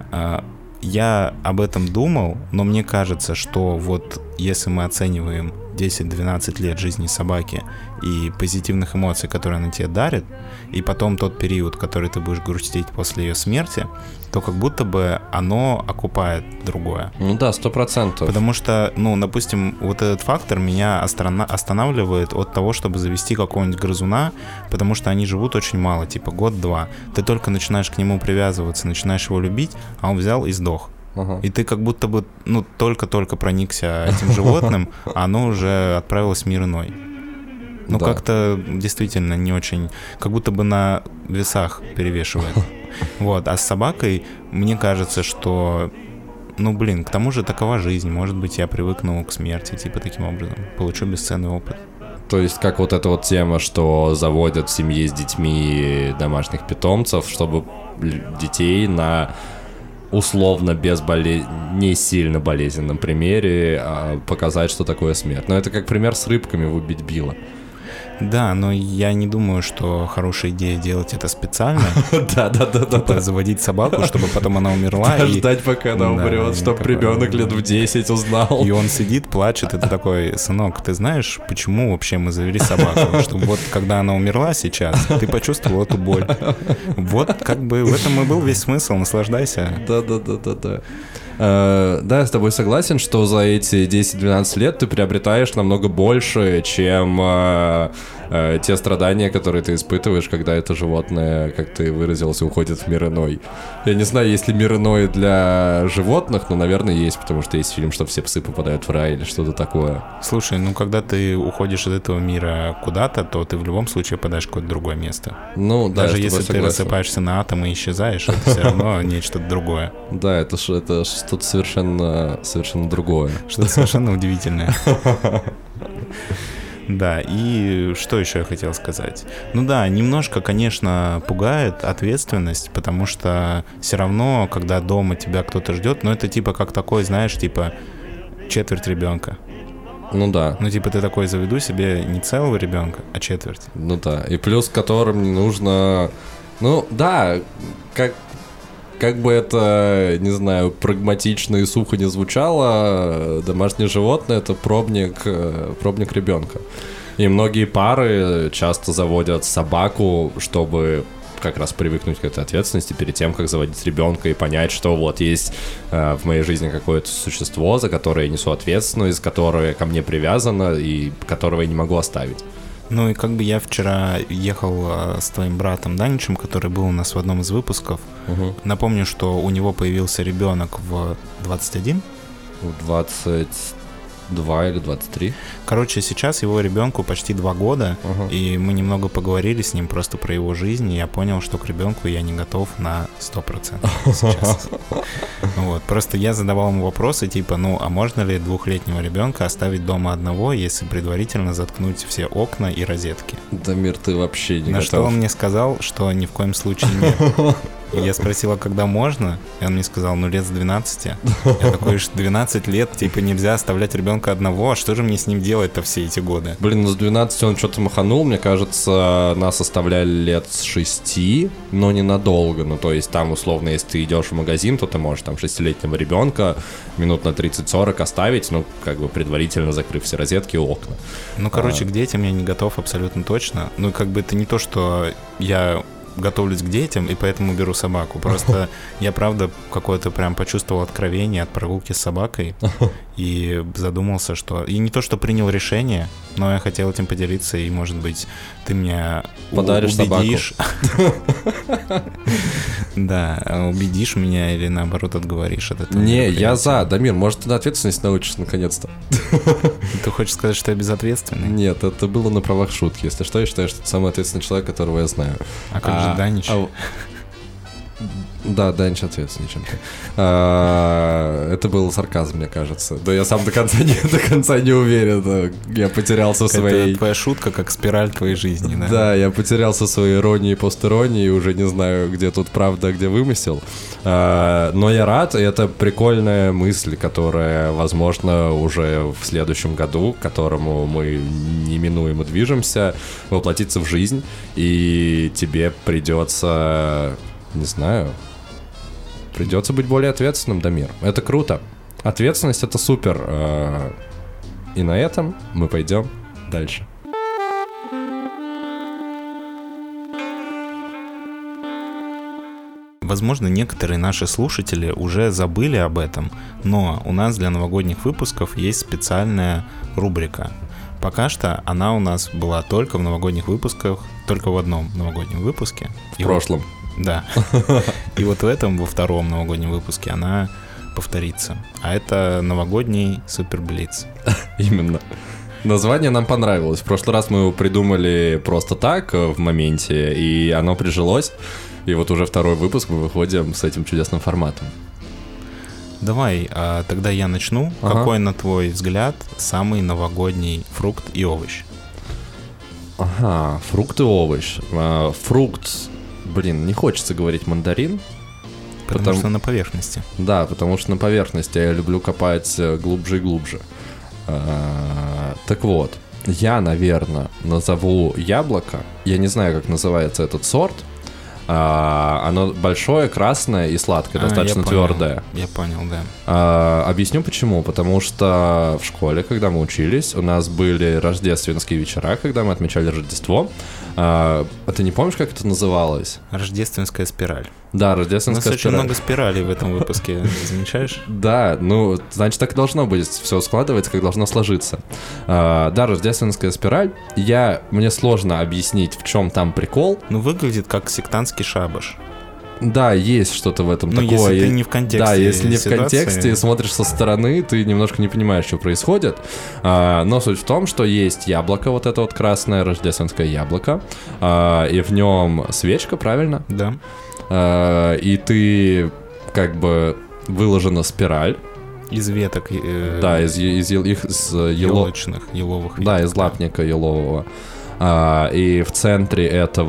я об этом думал, но мне кажется, что вот если мы оцениваем 10-12 лет жизни собаки и позитивных эмоций, которые она тебе дарит, и потом тот период, который ты будешь грустить после ее смерти, то как будто бы оно окупает другое. Ну да, 100%. Потому что, ну, допустим, вот этот фактор меня останавливает от того, чтобы завести какого-нибудь грызуна, потому что они живут очень мало, типа год-два. Ты только начинаешь к нему привязываться, начинаешь его любить, а он взял и сдох. И ты как будто бы, ну, только-только проникся этим животным, а оно уже отправилось в мир иной. Ну, да. Как-то действительно не очень, как будто бы на весах перевешивает. Вот, а с собакой, мне кажется, что, ну, блин, к тому же такова жизнь. Может быть, я привыкну к смерти, типа, таким образом. Получу бесценный опыт. То есть, как вот эта вот тема, что заводят в семье с детьми домашних питомцев, чтобы детей на условно не сильно болезненном примере показать, что такое смерть. Но это как пример с рыбками в «Убить Билла». Да, но я не думаю, что хорошая идея делать это специально. Да. Типа заводить собаку, чтобы потом она умерла. Ждать, пока она умрет, чтобы ребенок лет в 10 узнал. И он сидит, плачет, и ты такой: сынок, ты знаешь, почему вообще мы завели собаку? Чтобы вот когда она умерла сейчас, ты почувствовал эту боль. Вот как бы в этом и был весь смысл, наслаждайся. Да. Да, я с тобой согласен, что за эти 10-12 лет ты приобретаешь намного больше, чем те страдания, которые ты испытываешь, когда это животное, как ты выразился, уходит в мир иной. Я не знаю, есть ли мир иной для животных, но, наверное, есть, потому что есть фильм, что все псы попадают в рай или что-то такое. Слушай, ну когда ты уходишь из этого мира куда-то, то ты в любом случае попадаешь в какое-то другое место. Ну, да, даже если ты рассыпаешься на атомы и исчезаешь, это все равно нечто другое. Да, это что-то совершенно другое. Что-то совершенно удивительное. Да, и что еще я хотел сказать? Ну да, немножко, конечно, пугает ответственность, потому что все равно, когда дома тебя кто-то ждет, ну это типа как такой, знаешь, типа четверть ребенка. Ну да. Ну типа ты такой: заведу себе не целого ребенка, а четверть. Ну да, и плюс которым не нужно... Ну да, как бы это, не знаю, прагматично и сухо не звучало, домашнее животное — это пробник ребенка. И многие пары часто заводят собаку, чтобы как раз привыкнуть к этой ответственности перед тем, как заводить ребенка, и понять, что вот есть в моей жизни какое-то существо, за которое я несу ответственность, которое ко мне привязано и которого я не могу оставить. Ну и как бы я вчера ехал с твоим братом Даничем, который был у нас в одном из выпусков. Угу. Напомню, что у него появился ребенок в 21? В 22 или 23. Короче, сейчас его ребенку почти 2 года, и мы немного поговорили с ним просто про его жизнь, и я понял, что к ребенку я не готов на 100% сейчас. Вот. Просто я задавал ему вопросы, типа, ну, а можно ли 2-летнего ребенка оставить дома одного, если предварительно заткнуть все окна и розетки? Дамир, ты вообще не На готов. что он мне сказал, что ни в коем случае нет. И я спросила, когда можно, и он мне сказал, ну, лет с 12. Я такой: 12 лет, типа, нельзя оставлять ребенка одного, а что же мне с ним делать-то все эти годы? Блин, ну с 12 он что-то маханул, мне кажется, нас оставляли лет с 6, но ненадолго. Ну, то есть там, условно, если ты идешь в магазин, то ты можешь там 6-летнего ребенка минут на 30-40 оставить, ну, как бы предварительно закрыв все розетки и окна. Ну, короче, к детям я не готов абсолютно точно. Ну, как бы это не то, что я готовлюсь к детям и поэтому беру собаку. Просто я, правда, какое-то прям почувствовал откровение от прогулки с собакой и задумался, что... И не то, что принял решение, но я хотел этим поделиться, и, может быть, ты меня подаришь убедишь. Да, убедишь меня или наоборот отговоришь от этого? Не, я за, Дамир, может, ты на ответственность научишься наконец-то? Ты хочешь сказать, что я безответственный? Нет, это было на правах шутки. Если что, я считаю, что ты самый ответственный человек, которого я знаю. А как же Данич? Да, Данич ответственнее, чем ты. Это был сарказм, мне кажется. Да я сам до конца не уверен. Я потерялся в своей... Это твоя шутка, как спираль твоей жизни, да? Да, я потерялся в своей иронии и постиронии, уже не знаю, где тут правда, а где вымысел. Но я рад, и это прикольная мысль, которая, возможно, уже в следующем году, к которому мы неминуемо движемся, воплотится в жизнь, и тебе придется... Не знаю. Придется быть более ответственным, Дамир. Это круто. Ответственность — это супер. И на этом мы пойдем дальше. Возможно, некоторые наши слушатели уже забыли об этом, но у нас для новогодних выпусков есть специальная рубрика. Пока что она у нас была только в новогодних выпусках, только в одном новогоднем выпуске. В прошлом. Да. И вот в этом, во втором новогоднем выпуске она повторится. А это новогодний суперблиц. Именно. Название нам понравилось. В прошлый раз мы его придумали просто так, в моменте, и оно прижилось. И вот уже второй выпуск мы выходим с этим чудесным форматом. Давай, тогда я начну. Ага. Какой, на твой взгляд, самый новогодний фрукт и овощ? Ага, фрукт и овощ. Фрукт... Блин, не хочется говорить мандарин. Потому что на поверхности. Да, потому что на поверхности. Я люблю копать глубже и глубже. Так вот, я, наверное, назову яблоко. Я не знаю, как называется этот сорт. Оно большое, красное и сладкое, достаточно твердое. Я понял, да. Объясню почему. Потому что в школе, когда мы учились, у нас были рождественские вечера, когда мы отмечали Рождество. А ты не помнишь, как это называлось? Рождественская спираль. Да, рождественская спираль. У нас очень много спиралей в этом выпуске, замечаешь? Да, ну, значит, так и должно быть. Все складывается, как должно сложиться. Да, рождественская спираль. Мне сложно объяснить, в чем там прикол. Ну, выглядит как сектантский шабаш. Да, есть что-то в этом такое. Если ты не в контексте. Да, если не в контексте, смотришь со стороны, ты немножко не понимаешь, что происходит. Но суть в том, что есть яблоко, вот это вот красное рождественское яблоко, и в нем свечка, правильно? Да. И ты как бы выложена спираль. Из веток. Да, из елочных, еловых веток. Да, из лапника елового. И в центре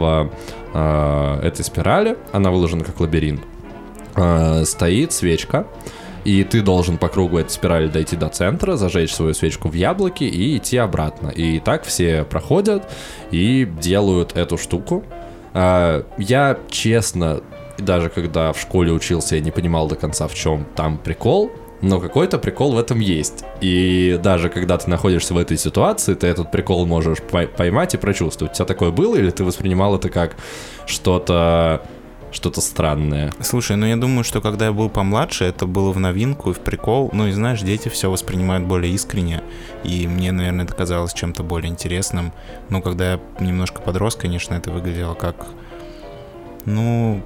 этой спирали, она выложена как лабиринт, стоит свечка, и ты должен по кругу этой спирали дойти до центра, зажечь свою свечку в яблоке и идти обратно. И так все проходят и делают эту штуку. Я, честно, даже когда в школе учился, я не понимал до конца, в чем там прикол. Но какой-то прикол в этом есть. И даже когда ты находишься в этой ситуации, ты этот прикол можешь поймать и прочувствовать. У тебя такое было, или ты воспринимал это как что-то странное? Слушай, ну я думаю, что когда я был помладше, это было в новинку и в прикол. Ну и знаешь, дети все воспринимают более искренне. И мне, наверное, это казалось чем-то более интересным. Но когда я немножко подрос, конечно, это выглядело как... Ну...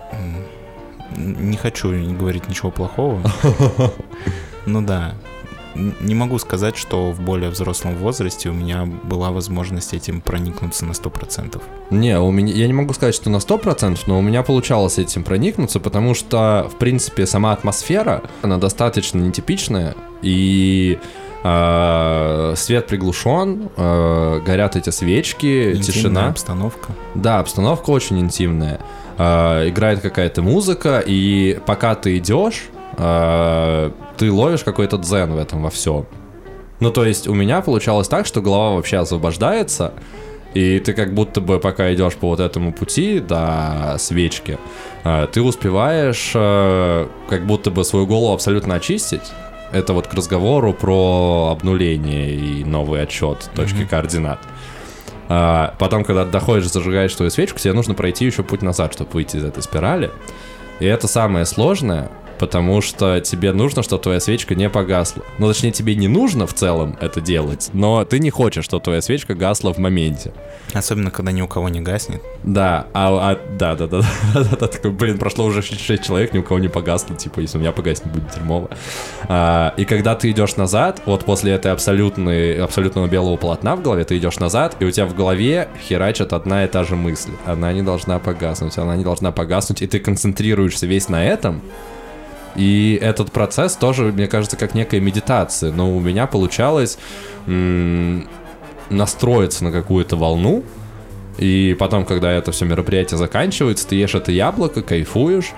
Не хочу говорить ничего плохого. Ну да. Не могу сказать, что в более взрослом возрасте у меня была возможность этим проникнуться на 100%. Не, я не могу сказать, что на 100%, но у меня получалось этим проникнуться, потому что, в принципе, сама атмосфера, она достаточно нетипичная, и свет приглушен, горят эти свечки, интимная тишина. Обстановка. Да, обстановка очень интимная. Играет какая-то музыка, и пока ты идешь, ты ловишь какой-то дзен в этом во всем. Ну, то есть у меня получалось так, что голова вообще освобождается, и ты как будто бы, пока идешь по вот этому пути до свечки, ты успеваешь как будто бы свою голову абсолютно очистить. Это вот к разговору про обнуление и новый отчет точки координат. Потом, когда ты доходишь, зажигаешь свою свечку, тебе нужно пройти еще путь назад, чтобы выйти из этой спирали. И это самое сложное, потому что тебе нужно, чтобы твоя свечка не погасла. Ну, точнее, тебе не нужно в целом это делать, но ты не хочешь, чтобы твоя свечка гасла в моменте. Особенно, когда ни у кого не гаснет. Да, да, такой, блин, прошло уже 6 человек, ни у кого не погасло, типа, если у меня погаснет, будет дерьмово. И когда ты идешь назад, вот после этой абсолютного белого полотна в голове, ты идешь назад, и у тебя в голове херачит одна и та же мысль. Она не должна погаснуть, и ты концентрируешься весь на этом. И этот процесс тоже, мне кажется, как некая медитация. Но у меня получалось настроиться на какую-то волну. И потом, когда это все мероприятие заканчивается, ты ешь это яблоко, кайфуешь.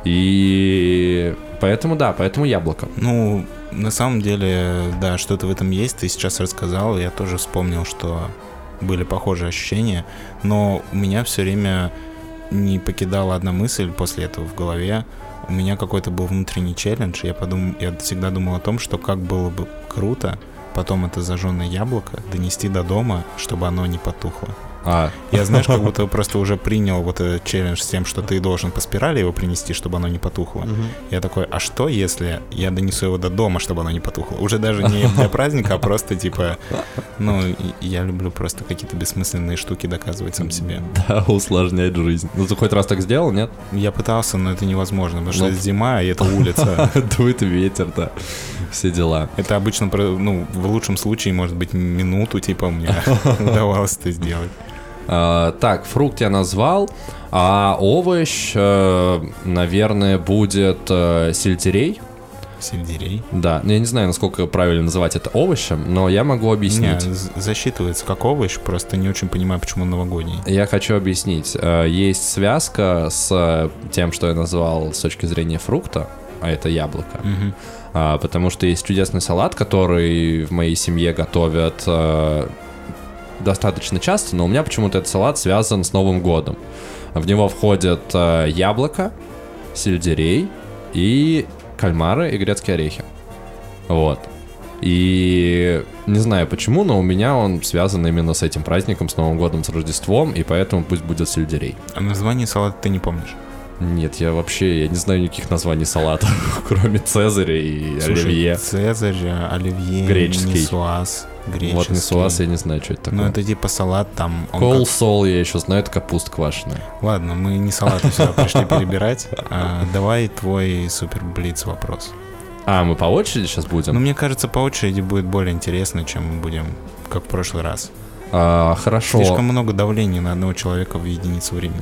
И поэтому яблоко. Ну, на самом деле, да, что-то в этом есть. Ты сейчас рассказал, я тоже вспомнил, что были похожие ощущения. Но у меня все время не покидала одна мысль после этого в голове. У меня какой-то был внутренний челлендж. Я всегда думал о том, что как было бы круто потом это зажженное яблоко донести до дома, чтобы оно не потухло. Я, знаешь, как будто просто уже принял вот этот челлендж с тем, что ты должен по спирали его принести, чтобы оно не потухло. Я такой, а что, если я донесу его до дома, чтобы оно не потухло? Уже даже не для праздника, а просто типа, ну, я люблю просто какие-то бессмысленные штуки доказывать сам себе. Да, усложнять жизнь. Ну, ты хоть раз так сделал, нет? Я пытался, но это невозможно, потому что зима, и это улица. Дует ветер, да. Все дела. Это обычно, ну, в лучшем случае, может быть, минуту, типа, мне удавалось это сделать. Так, фрукт я назвал, а овощ, наверное, будет сельдерей. Сельдерей? Да, я не знаю, насколько правильно называть это овощем, но я могу объяснить. Нет, засчитывается как овощ, просто не очень понимаю, почему он новогодний. Я хочу объяснить. Есть связка с тем, что я назвал с точки зрения фрукта, а это яблоко. Потому что есть чудесный салат, который в моей семье готовят достаточно часто, но у меня почему-то этот салат связан с Новым годом. В него входят яблоко, сельдерей и кальмары и грецкие орехи. Вот. И не знаю почему, но у меня он связан именно с этим праздником, с Новым годом, с Рождеством, и поэтому пусть будет сельдерей. А название салата ты не помнишь? Нет, я не знаю никаких названий салатов, кроме цезаря и оливье. Цезарь, оливье, греческий. Нисуаз, греческий. Вот нисуаз я не знаю, что это такое. Ну, это типа салат там... Колсол я еще знаю, это капуста квашеная. Ладно, мы не салаты сюда пришли перебирать. Давай твой супер-блиц вопрос. Мы по очереди сейчас будем? Ну, мне кажется, по очереди будет более интересно, чем мы будем, как в прошлый раз. Хорошо. Слишком много давления на одного человека в единицу времени.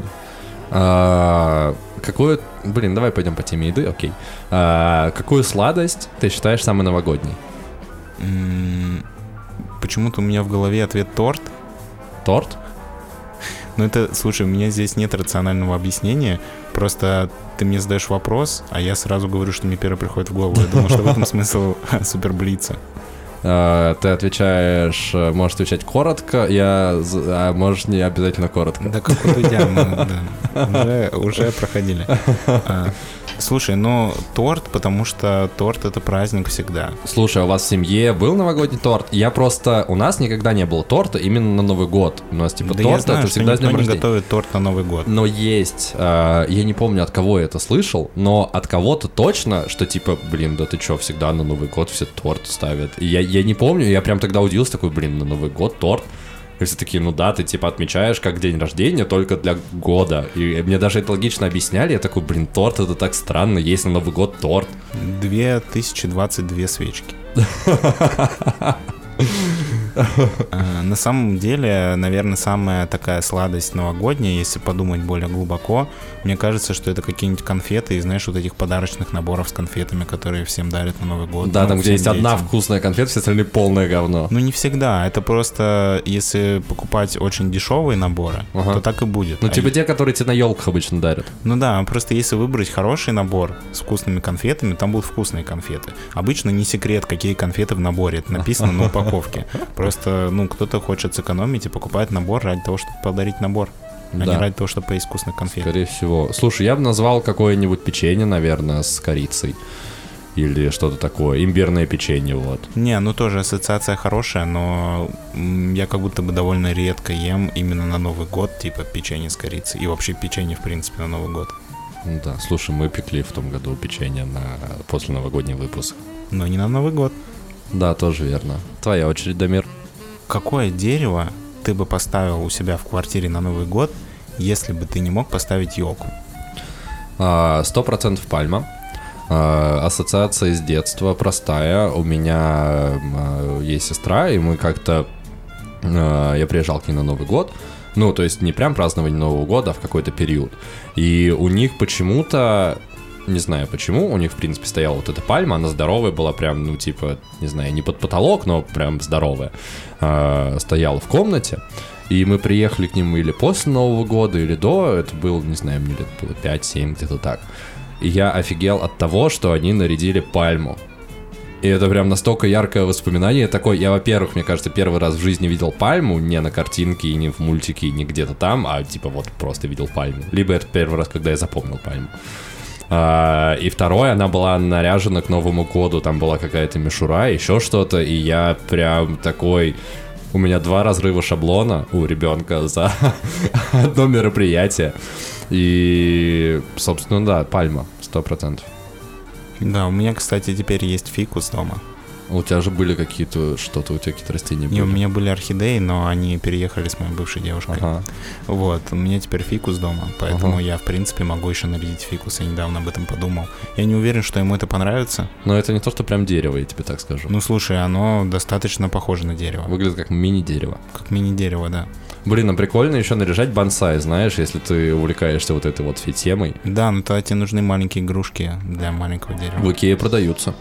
Давай пойдем по теме еды, окей. Какую сладость ты считаешь самой новогодней? Почему-то у меня в голове ответ торт. Торт? Ну это, слушай, у меня здесь нет рационального объяснения. Просто ты мне задаешь вопрос, а я сразу говорю, что мне первое приходит в голову. Я думаю, что в этом смысл суперблица. Ты отвечаешь, можешь отвечать коротко, а можешь не обязательно коротко. Да, как у Дудя, мы уже проходили. Слушай, торт, потому что торт — это праздник всегда. Слушай, у вас в семье был новогодний торт? У нас никогда не было торта именно на Новый год. У нас типа торт — это всегда с днем рождения. Никто не готовит торт на Новый год. Но есть, я не помню, от кого я это слышал, но от кого-то точно, что типа, да ты чё, всегда на Новый год все торт ставят. И я не помню, я прям тогда удивился, такой, на Новый год торт. И все такие, ты типа отмечаешь как день рождения только для года. И мне даже это логично объясняли. Я такой, торт, это так странно, есть на Новый год торт. 2022 свечки. На самом деле, наверное, самая такая сладость новогодняя, если подумать более глубоко, мне кажется, что это какие-нибудь конфеты, знаешь, вот этих подарочных наборов с конфетами, которые всем дарят на Новый год. Да, там, где есть одна вкусная конфета, все остальные полное говно. Ну, не всегда. Это просто, если покупать очень дешевые наборы, то так и будет. Типа те, которые тебе на елках обычно дарят. Ну да, просто если выбрать хороший набор с вкусными конфетами, там будут вкусные конфеты. Обычно не секрет, какие конфеты в наборе. Это написано на упаковке. Просто, кто-то хочет сэкономить и покупает набор ради того, чтобы подарить набор, а не ради того, чтобы поесть вкусных конфет. Скорее всего. Слушай, я бы назвал какое-нибудь печенье, наверное, с корицей. Или что-то такое. Имбирное печенье, вот. Не, тоже ассоциация хорошая, но я как будто бы довольно редко ем именно на Новый год, типа печенье с корицей. И вообще печенье, в принципе, на Новый год. Ну да, слушай, мы пекли в том году печенье на после новогодний выпуск. Но не на Новый год. Да, тоже верно. Твоя очередь, Дамир. Какое дерево ты бы поставил у себя в квартире на Новый год, если бы ты не мог поставить елку? 100% пальма. Ассоциация с детства простая. У меня есть сестра, и мы как-то... Я приезжал к ней на Новый год. Ну, то есть не прям празднование Нового года, а в какой-то период. И у них почему-то... Не знаю почему, у них, в принципе, стояла вот эта пальма, она здоровая была прям, ну, типа, не знаю, не под потолок, но прям здоровая. Стояла в комнате, и мы приехали к ним или после Нового года, или до, это было, не знаю, мне лет было 5-7, где-то так. И я офигел от того, что они нарядили пальму. И это прям настолько яркое воспоминание такое. Я, во-первых, мне кажется, первый раз в жизни видел пальму, не на картинке, и не в мультике, и не где-то там, а типа вот просто видел пальму. Либо это первый раз, когда я запомнил пальму. И второе, она была наряжена к Новому году, там была какая-то мишура, еще что-то, и я прям такой... У меня 2 разрыва шаблона у ребенка за одно мероприятие. И, собственно, да, пальма, 100%. Да, у меня, кстати, теперь есть фикус дома. У тебя же были какие-то, что-то, у тебя какие-то растения были? Не, у меня были орхидеи, но они переехали с моей бывшей девушкой. Ага. Вот, у меня теперь фикус дома, поэтому я, в принципе, могу еще нарядить фикус. Я недавно об этом подумал. Я не уверен, что ему это понравится. Но это не то, что прям дерево, я тебе так скажу. Ну, слушай, оно достаточно похоже на дерево. Выглядит как мини-дерево. Как мини-дерево, да. Блин, а прикольно еще наряжать бонсай, знаешь, если ты увлекаешься вот этой вот всей темой. Да, но тогда тебе нужны маленькие игрушки для маленького дерева. В Икее продаются.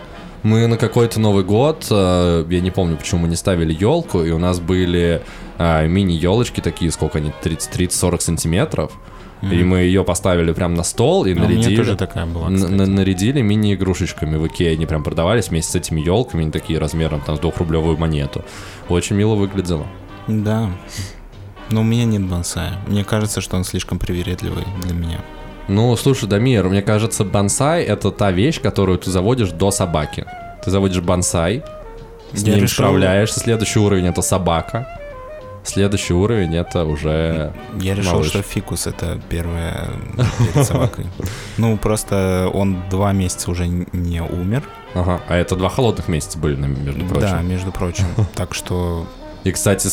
Мы на какой-то Новый год, я не помню, почему мы не ставили елку, и у нас были мини-елочки такие, сколько они, 30-40 сантиметров. И мы ее поставили прям на стол и нарядили. У меня тоже такая была, нарядили мини-игрушечками. В Икее они прям продавались вместе с этими елками, они такие размером, там, с 2-рублевую монету. Очень мило выглядело. Да. Но у меня нет бонсая. Мне кажется, что он слишком привередливый для меня. Ну, слушай, Дамир, мне кажется, бонсай — это та вещь, которую ты заводишь до собаки. Ты заводишь бонсай, с ним справляешься. Следующий уровень — это собака. Следующий уровень — это уже Я решил, малыш. что фикус — это первое перед собакой. Ну, просто он 2 месяца уже не умер. Ага, а это 2 холодных месяца были, между прочим. Да, между прочим. Так что... И, кстати,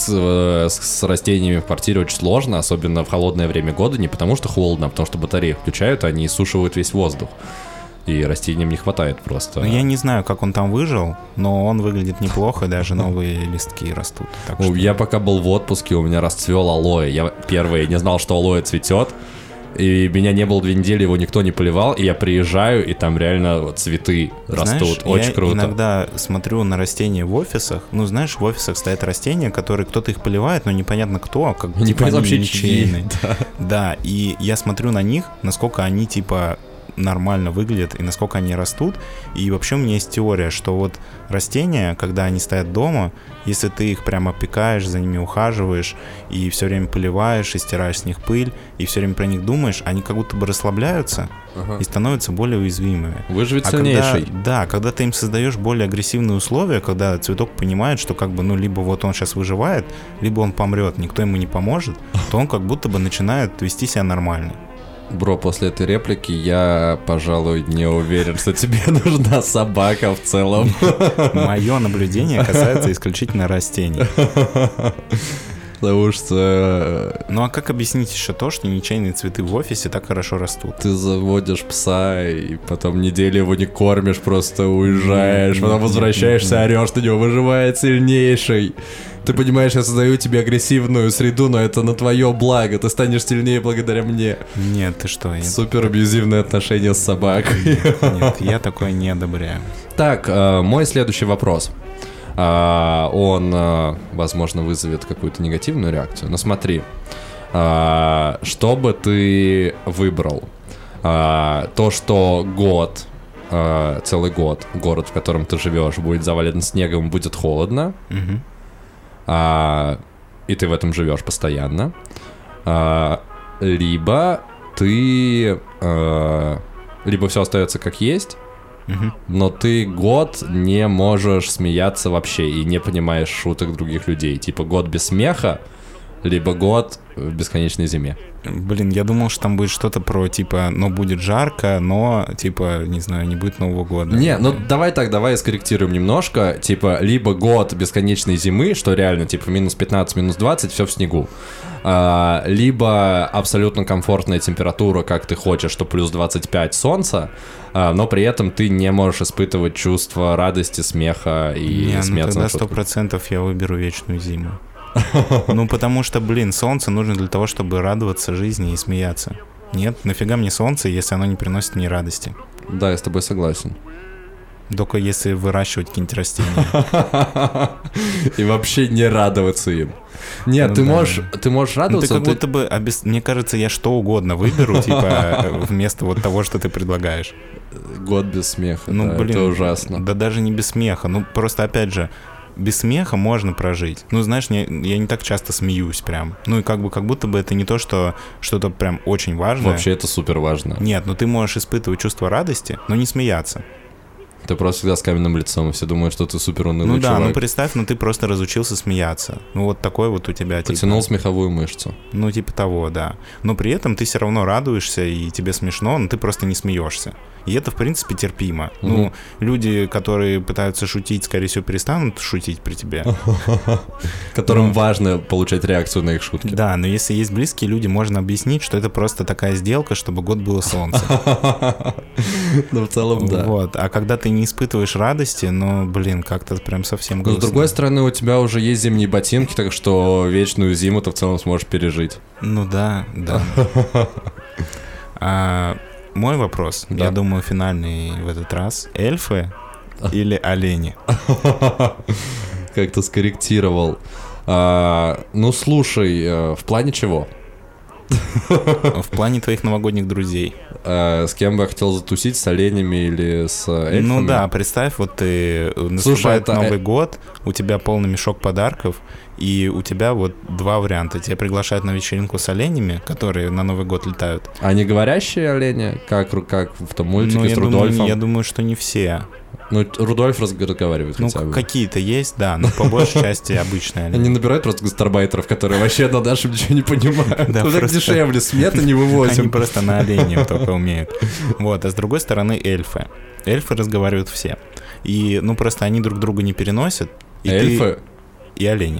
с растениями в квартире очень сложно, особенно в холодное время года, не потому что холодно, а потому что батареи включают, а они иссушивают весь воздух. И растениям не хватает просто. Ну, я не знаю, как он там выжил, но он выглядит неплохо, даже новые листки растут. Так что... Я пока был в отпуске, у меня расцвел алоэ. Я первый не знал, что алоэ цветет. И меня не было 2 недели, его никто не поливал, и я приезжаю, и там реально цветы растут. Очень круто. Я иногда смотрю на растения в офисах. Ну, знаешь, в офисах стоят растения, которые кто-то их поливает, но непонятно кто, как непонятно вообще ничейные. Да, и я смотрю на них, насколько они типа нормально выглядят и насколько они растут. И вообще у меня есть теория, что вот растения, когда они стоят дома, если ты их прямо опекаешь, за ними ухаживаешь и все время поливаешь, и стираешь с них пыль, и все время про них думаешь, они как будто бы расслабляются и становятся более уязвимыми. Выживет сильнейший. Когда ты им создаешь более агрессивные условия, когда цветок понимает, что как бы, ну, либо вот он сейчас выживает, либо он помрет, никто ему не поможет, то он как будто бы начинает вести себя нормально. Бро, после этой реплики я, пожалуй, не уверен, что тебе нужна собака в целом. Мое наблюдение касается исключительно растений. Потому что... Ну а как объяснить еще то, что ничейные цветы в офисе так хорошо растут? Ты заводишь пса, и потом неделю его не кормишь, просто уезжаешь, потом возвращаешься, орешь на него, выживает сильнейший. Ты понимаешь, я создаю тебе агрессивную среду, но это на твое благо, ты станешь сильнее благодаря мне. Нет, ты что? Супер абьюзивные отношения с собакой. Нет, я такое не одобряю. Так, мой следующий вопрос. Он, возможно, вызовет какую-то негативную реакцию. Но смотри, что бы ты выбрал? То, что год, целый год, город, в котором ты живешь, будет завален снегом, будет холодно, и ты в этом живешь постоянно, либо ты, либо все остается как есть, но ты год не можешь смеяться вообще и не понимаешь шуток других людей. Типа год без смеха, либо год в бесконечной зиме. Блин, я думал, что там будет что-то про, типа, но будет жарко, но, типа, не знаю, не будет Нового года. Не, ну давай скорректируем немножко. Типа, либо год бесконечной зимы, что реально, типа, минус 15, минус 20, все в снегу. Либо абсолютно комфортная температура, как ты хочешь, что плюс 25 солнца, но при этом ты не можешь испытывать чувство радости, смеха и смеяться тогда над шутками. 100% я выберу вечную зиму. Ну, потому что, блин, солнце нужно для того, чтобы радоваться жизни и смеяться. Нет, нафига мне солнце, если оно не приносит мне радости? Да, я с тобой согласен. Только если выращивать какие-нибудь растения. И вообще не радоваться им. Нет, Ну ты да. можешь Ну, радоваться, ты как но будто бы, мне кажется, я что угодно выберу, типа, вместо вот того, что ты предлагаешь. год без смеха, Ну, да, блин, это ужасно. Да даже не без смеха. Ну, просто, опять же, без смеха можно прожить. Ну, знаешь, я не так часто смеюсь прям. Ну, и как будто бы это не то, что что-то прям очень важное. Вообще это супер важно. Нет, но ты можешь испытывать чувство радости, но не смеяться. Ты просто всегда с каменным лицом, и все думают, что ты супер унылый Ну да, чувак. ну представь, ты просто разучился смеяться. Ну вот такой вот у тебя, Потянул типа, смеховую мышцу. ну типа того, да. Но при этом ты все равно радуешься, и тебе смешно, но ты просто не смеешься. И это, в принципе, терпимо. Ну, люди, которые пытаются шутить, скорее всего, перестанут шутить при тебе. Которым важно получать реакцию на их шутки. Да, но если есть близкие люди, можно объяснить, что это просто такая сделка, чтобы год было солнце. Ну, в целом, да. Вот. А когда ты не испытываешь радости, ну, блин, как-то прям совсем Но грустно. с другой стороны, у тебя уже есть зимние ботинки, так что вечную зиму ты в целом сможешь пережить. Ну да, да. Мой вопрос, Да. я думаю, финальный в этот раз. Эльфы или олени? Как ты скорректировал. Ну, слушай, в плане чего? В плане твоих новогодних друзей. С кем бы я хотел затусить, с оленями или с эльфами? Ну да, представь, вот ты наступает это- Новый год, у тебя полный мешок подарков, и у тебя вот два варианта. Тебя приглашают на вечеринку с оленями, которые на Новый год летают. Они говорящие олени, как в том мультике Ну, с Рудольфом? я думаю, что не все. Ну, Рудольф разговаривает Ну, хотя бы. какие-то есть, да, но по большей части обычные олени. Они набирают просто гастарбайтеров, которые вообще на нашем ничего не понимают. Да, Ну, так просто- дешевле, сметы не Они вывозим. просто на оленях только умеют. Вот, а с другой стороны эльфы. Эльфы разговаривают все. И, ну, просто они друг друга не переносят. И Эльфы? И олени.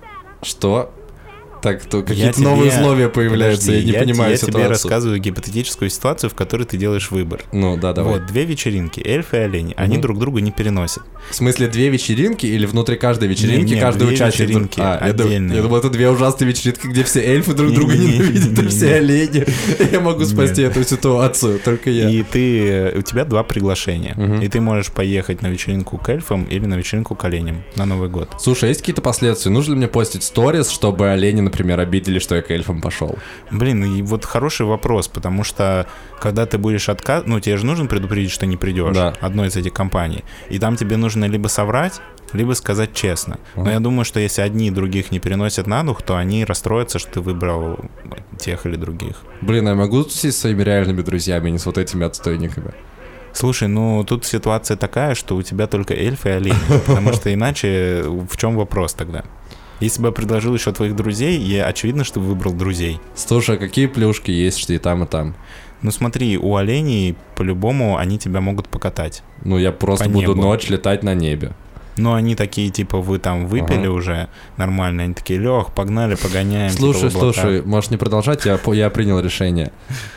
Что? Так, то Я какие-то тебе- новые условия появляются, Подожди, я не понимаю Я тебе ситуацию. рассказываю гипотетическую ситуацию, в которой ты делаешь выбор. Ну, да, давай. Вот, две вечеринки, эльфы и олени. Они друг друга не переносят. В смысле, две вечеринки или внутри каждой вечеринки Не, каждый две участник... вечеринки я отдельные. думал, это две ужасные вечеринки, где все эльфы друг друга Не-не-не, ненавидят, и не-не-не. все олени. Я могу спасти Нет. эту ситуацию, только я. И у тебя два приглашения. И ты можешь поехать на вечеринку к эльфам или на вечеринку к оленям на Новый год. Слушай, есть какие-то последствия? Нужно ли мне постить сторис, чтобы олени, например, обидели, что я к эльфам пошел? Блин, и вот хороший вопрос, потому что когда ты будешь ну, тебе же нужно предупредить, что не придешь Да. одной из этих компаний. И там тебе нужно либо соврать, либо сказать честно. Но я думаю, что если одни других не переносят на дух, то они расстроятся, что ты выбрал тех или других. Блин, а я могу тусить со своими реальными друзьями, а не с вот этими отстойниками? Слушай, ну тут ситуация такая, что у тебя только эльфы и олени, потому что иначе в чем вопрос тогда? Если бы я предложил еще твоих друзей, очевидно, что ты выбрал друзей. Слушай, а какие плюшки есть, что и там, и там? Ну смотри, у оленей по-любому они тебя могут покатать. Ну, я просто По буду небу. ночь летать на небе. Но они такие, типа, вы там выпили уже нормально, они такие, Лех, погнали, погоняем. Слушай, типа, в облака». слушай, можешь не продолжать, я принял решение.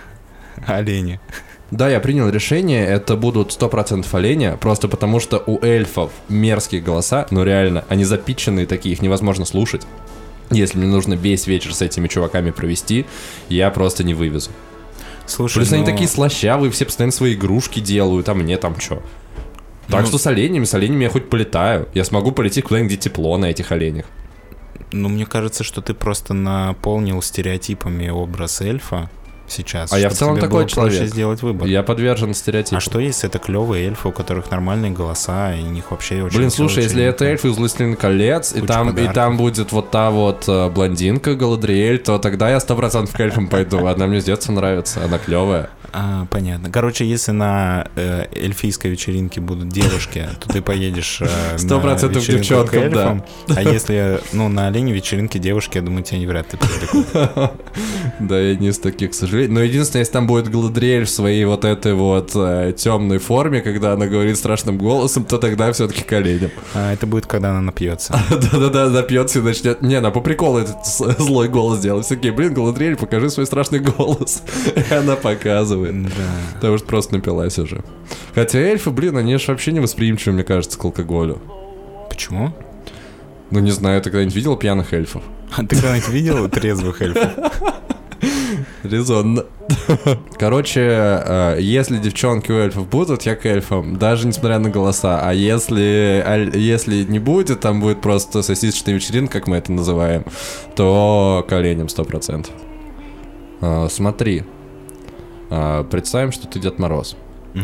Олени. Да, я принял решение, это будут 100% оленя, просто потому что у эльфов мерзкие голоса, ну реально, они запитченные такие, их невозможно слушать. Если мне нужно весь вечер с этими чуваками провести, я просто не вывезу. Слушай, Плюс они ну, такие слащавые, все постоянно свои игрушки делают, а мне там что? Так Ну, что с оленями я хоть полетаю. Я смогу полететь куда-нибудь, где тепло на этих оленях. ну, мне кажется, что ты просто наполнил стереотипами образ эльфа сейчас. А я в чтобы целом тебе такой было проще человек. сделать выбор. Я подвержен стереотипам. А что если это клевые эльфы, у которых нормальные голоса, и у них вообще очень Блин, веселая слушай, если вечеринка? это эльфы из «Властелина колец», и Куча там подарков. будет вот та вот блондинка Галадриэль, то тогда я 100% к эльфам пойду. Она мне с детства нравится, она клевая. Понятно. Короче, если на эльфийской вечеринке будут девушки, то ты поедешь 100% на вечеринку девчонкам, к эльфам. Да. А если, на оленей вечеринке девушки, я думаю, тебя не вряд ли привлекут. Да, я не из таких, к сожалению. Но единственное, если там будет Галадриэль в своей вот этой вот темной форме, когда она говорит страшным голосом, то тогда все-таки к оленям. Это будет, когда она напьется. Да-да-да, напьется и начнет... Не, она по приколу этот злой голос делает. Все такие, блин, Галадриэль, покажи свой страшный голос. И она показывает. Да. Потому что просто напилась уже. Хотя эльфы, блин, они же вообще не восприимчивы, мне кажется, к алкоголю. Почему? Ну, не знаю, ты когда-нибудь видел пьяных эльфов? А ты когда-нибудь видел трезвых эльфов? Резонно. Короче, если девчонки у эльфов будут, я к эльфам, даже несмотря на голоса. А если не будет, там будет просто сосисочная вечеринка, как мы это называем, то к оленям 100%. Смотри. Представим, что ты Дед Мороз.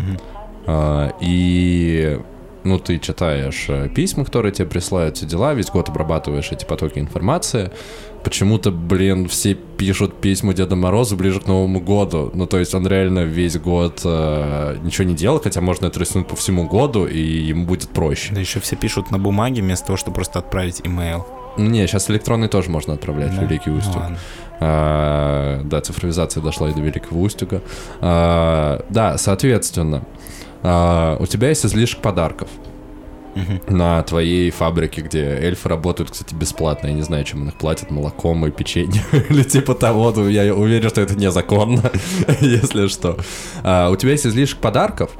И... ты читаешь письма, которые тебе присылают, все дела, весь год обрабатываешь эти потоки информации. Почему-то, все пишут письма Деду Морозу ближе к Новому году. То есть он реально весь год ничего не делал, хотя можно это рисунуть по всему году, и ему будет проще. Да еще все пишут на бумаге, вместо того, чтобы просто отправить имейл. Не, сейчас электронный тоже можно отправлять в Великий Устюг. Да, цифровизация дошла и до Великого Устюга. Да, соответственно, у тебя есть излишек подарков. На твоей фабрике, где эльфы работают, кстати, бесплатно. Я не знаю, чем их платят, молоком и печеньем или типа того. Я уверен, что это незаконно, если что. У тебя есть излишек подарков,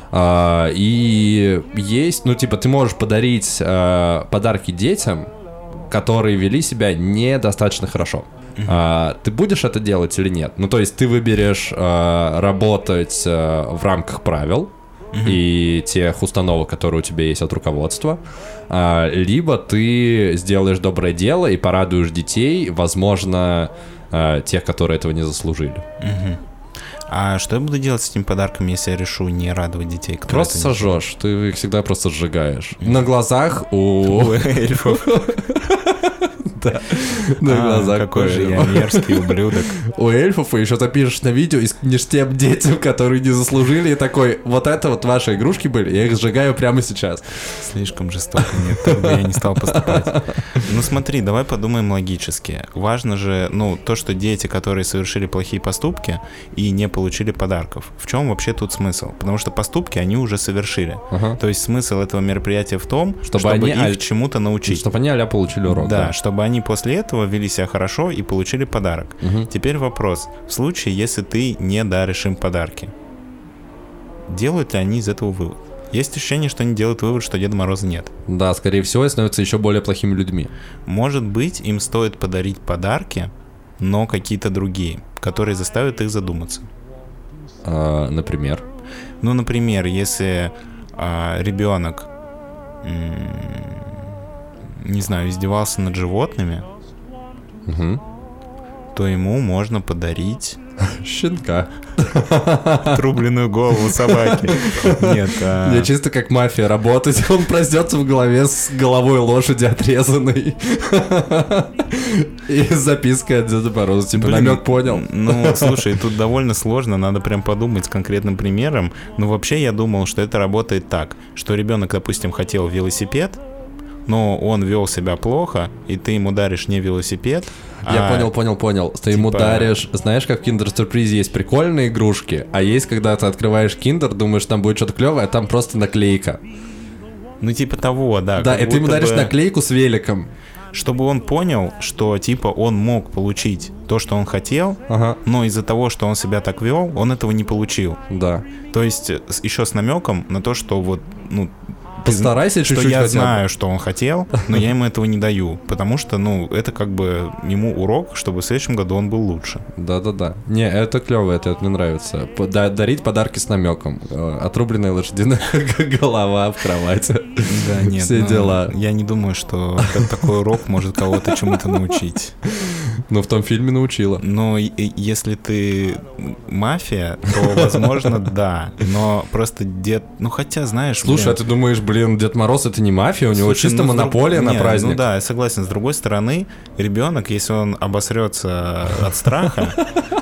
и есть, ты можешь подарить подарки детям, которые вели себя недостаточно хорошо. Ты будешь это делать или нет? То есть ты выберешь работать в рамках правил и тех установок, которые у тебя есть от руководства, либо ты сделаешь доброе дело и порадуешь детей, возможно, тех, которые этого не заслужили. А что я буду делать с этими подарками, если я решу не радовать детей? Просто сожжешь, ты их всегда просто сжигаешь. На глазах у эльфов. Да. На глазах. Какой же я мерзкий ублюдок. У эльфов, и еще ты пишешь на видео и скинешь тем детям, которые не заслужили, и такой, вот это вот ваши игрушки были, я их сжигаю прямо сейчас. Слишком жестоко, нет, так бы я не стал поступать. Смотри, давай подумаем логически. Важно же, то, что дети, которые совершили плохие поступки и не получили подарков. В чем вообще тут смысл? Потому что поступки они уже совершили. То есть смысл этого мероприятия в том, чтобы их чему-то научить. Чтобы они а-ля получили урок. Да, чтобы они после этого вели себя хорошо и получили подарок. Теперь вопрос. В случае, если ты не даришь им подарки, делают ли они из этого вывод? Есть ощущение, что они делают вывод, что Деда Мороза нет. Да, скорее всего, и становятся еще более плохими людьми. Может быть, им стоит подарить подарки, но какие-то другие, которые заставят их задуматься. Например? Например, если ребенок, не знаю, издевался над животными, то ему можно подарить... щенка. Отрубленную голову собаки. Нет. Не, чисто как мафия работать. Он проснется в голове с головой лошади отрезанной. И с запиской от Деда Мороза. Типа, намек понял. Слушай, тут довольно сложно. Надо прям подумать с конкретным примером. Вообще я думал, что это работает так. Что ребенок, допустим, хотел велосипед, но он вел себя плохо, и ты ему даришь не велосипед. Я понял. Ты ему даришь, знаешь, как в Киндер-сюрпризе есть прикольные игрушки, а есть, когда ты открываешь Киндер, думаешь, там будет что-то клевое, а там просто наклейка. Типа того, да. Да, и ты ему даришь наклейку с великом. Чтобы он понял, что, он мог получить то, что он хотел, но из-за того, что он себя так вел, он этого не получил. Да. То есть, еще с намеком на то, что постарайся чуть-чуть. Что я знаю, что он хотел, но я ему этого не даю, потому что, это как бы ему урок, чтобы в следующем году он был лучше. Да. Не, это клево, это мне нравится. Дарить подарки с намеком. Отрубленная лошадиная голова в кровати. Да, нет. Все дела. Я не думаю, что такой урок может кого-то чему-то научить. В том фильме научила. Но если ты мафия, то, возможно, да. Но просто хотя, знаешь... Слушай, а ты думаешь, Дед Мороз — это не мафия, у него чисто монополия на праздник. Да, я согласен. С другой стороны, ребенок, если он обосрется от страха,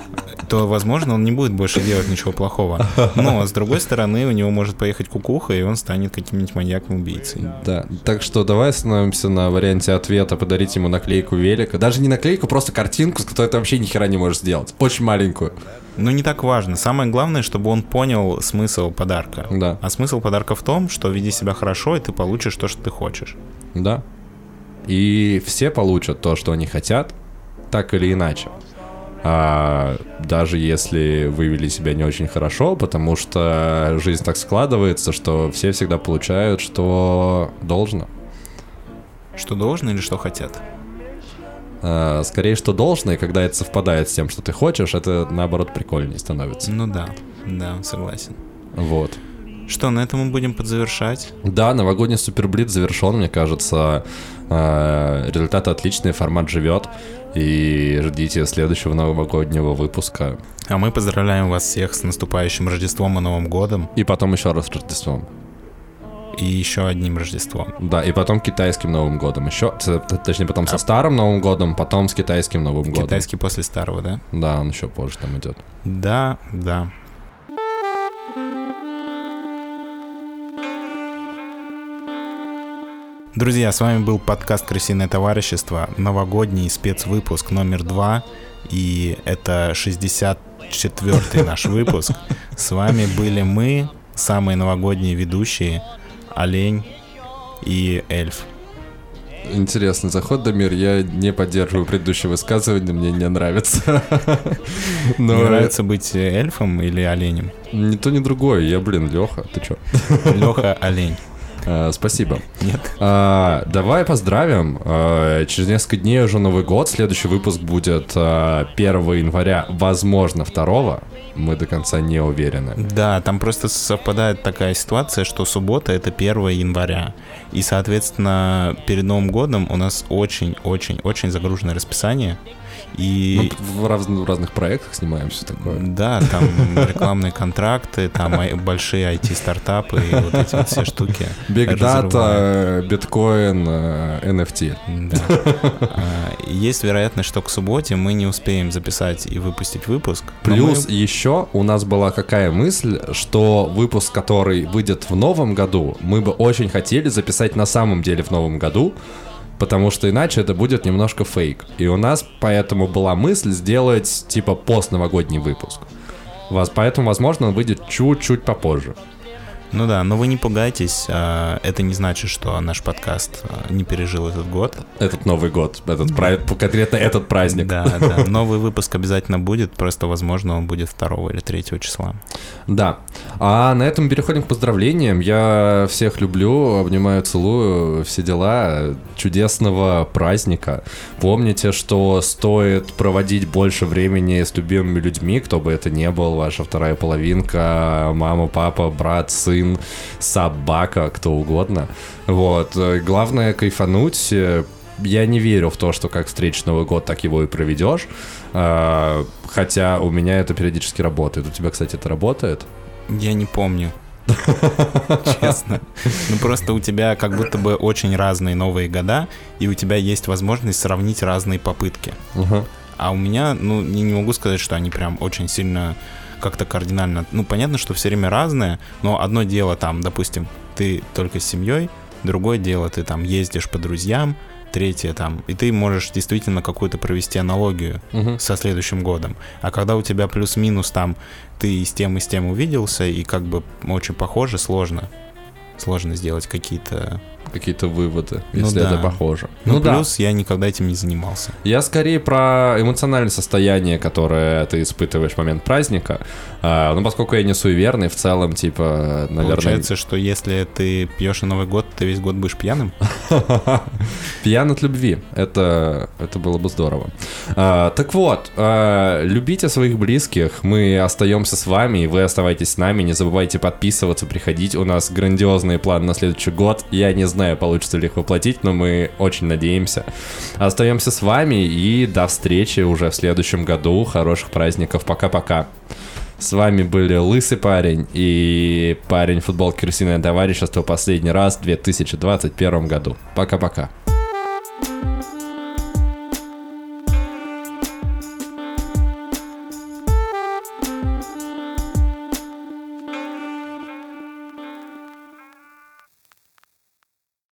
то, возможно, он не будет больше делать ничего плохого. Но, с другой стороны, у него может поехать кукуха, и он станет каким-нибудь маньяком-убийцей. Да, так что давай остановимся на варианте ответа подарить ему наклейку велика. Даже не наклейку, просто картинку, с которой ты вообще ни хера не можешь сделать. Очень маленькую. Но не так важно. Самое главное, чтобы он понял смысл подарка. Да. А смысл подарка в том, что веди себя хорошо, и ты получишь то, что ты хочешь. Да. И все получат то, что они хотят, так или иначе. Даже если вы вели себя не очень хорошо, потому что жизнь так складывается, что все всегда получают, что должно. Что должно или что хотят? Скорее, что должно, и когда это совпадает с тем, что ты хочешь, это, наоборот, прикольнее становится. Ну да, согласен. Вот. Что, на этом мы будем подзавершать? Да, новогодний суперблиц завершен, мне кажется. Результаты отличные, формат живет. И ждите следующего новогоднего выпуска. А мы поздравляем вас всех с наступающим Рождеством и Новым годом. И потом еще раз Рождеством. И еще одним Рождеством. Да, и потом китайским Новым годом еще. Точнее, потом со старым Новым годом, потом с китайским Новым годом. Китайский после старого, да? Да, он еще позже там идет. Да. Друзья, с вами был подкаст «Крысиное товарищество», новогодний спецвыпуск номер 2, и это 64-й наш выпуск. С вами были мы, самые новогодние ведущие, Олень и Эльф. Интересный заход, Дамир. Я не поддерживаю предыдущее высказывание, мне не нравится. Не нравится быть эльфом или оленем? Ни то, ни другое. Я, Леха, ты чё? Леха олень. Спасибо. Нет. Давай поздравим. Через несколько дней уже Новый год. Следующий выпуск будет 1 января, возможно, 2. Мы до конца не уверены. Да, там просто совпадает такая ситуация, что суббота — это 1 января. И, соответственно, перед Новым годом у нас очень-очень-очень загруженное расписание. И... Мы в разных проектах снимаем все такое. Да, там рекламные контракты, там большие IT-стартапы и вот эти вот все штуки. Big Data, биткоин, NFT. Да. Есть вероятность, что к субботе мы не успеем записать и выпустить выпуск. Плюс еще у нас была какая мысль, что выпуск, который выйдет в новом году, мы бы очень хотели записать на самом деле в новом году, потому что иначе это будет немножко фейк. И у нас поэтому была мысль сделать типа постновогодний выпуск. Поэтому, возможно, он выйдет чуть-чуть попозже. Ну да, но вы не пугайтесь, это не значит, что наш подкаст не пережил этот год. Этот Новый год, конкретно этот праздник. Да, новый выпуск обязательно будет, просто, возможно, он будет 2 или 3 числа. Да, а на этом переходим к поздравлениям. Я всех люблю, обнимаю, целую, все дела. Чудесного праздника. Помните, что стоит проводить больше времени с любимыми людьми, кто бы это ни был, ваша вторая половинка, мама, папа, брат, сын, собака, кто угодно. Вот. Главное кайфануть. Я не верю в то, что как встретишь Новый год, так его и проведешь. Хотя у меня это периодически работает. У тебя, кстати, это работает? Я не помню. Честно. Ну просто у тебя как будто бы очень разные новые года, и у тебя есть возможность сравнить разные попытки. А у меня, не могу сказать, что они прям очень сильно как-то кардинально... понятно, что все время разное, но одно дело там, допустим, ты только с семьей, другое дело, ты там ездишь по друзьям, третье там, и ты можешь действительно какую-то провести аналогию со следующим годом. А когда у тебя плюс-минус там ты и с тем увиделся, и как бы очень похоже, сложно сделать какие-то выводы, если это похоже. Плюс я никогда этим не занимался. Я скорее про эмоциональное состояние, которое ты испытываешь в момент праздника. Поскольку я не суеверный, в целом, наверное... Получается, что если ты пьешь на Новый год, ты весь год будешь пьяным? Пьян от любви. Это было бы здорово. Так вот, любите своих близких. Мы остаемся с вами, и вы оставайтесь с нами. Не забывайте подписываться, приходить. У нас грандиозные планы на следующий год. Я не знаю, получится ли их воплотить, но мы очень надеемся. Остаемся с вами, и до встречи уже в следующем году. Хороших праздников. Пока-пока. С вами были Лысый парень и парень в футболке «Крысиное товарищество» последний раз в 2021 году. Пока-пока.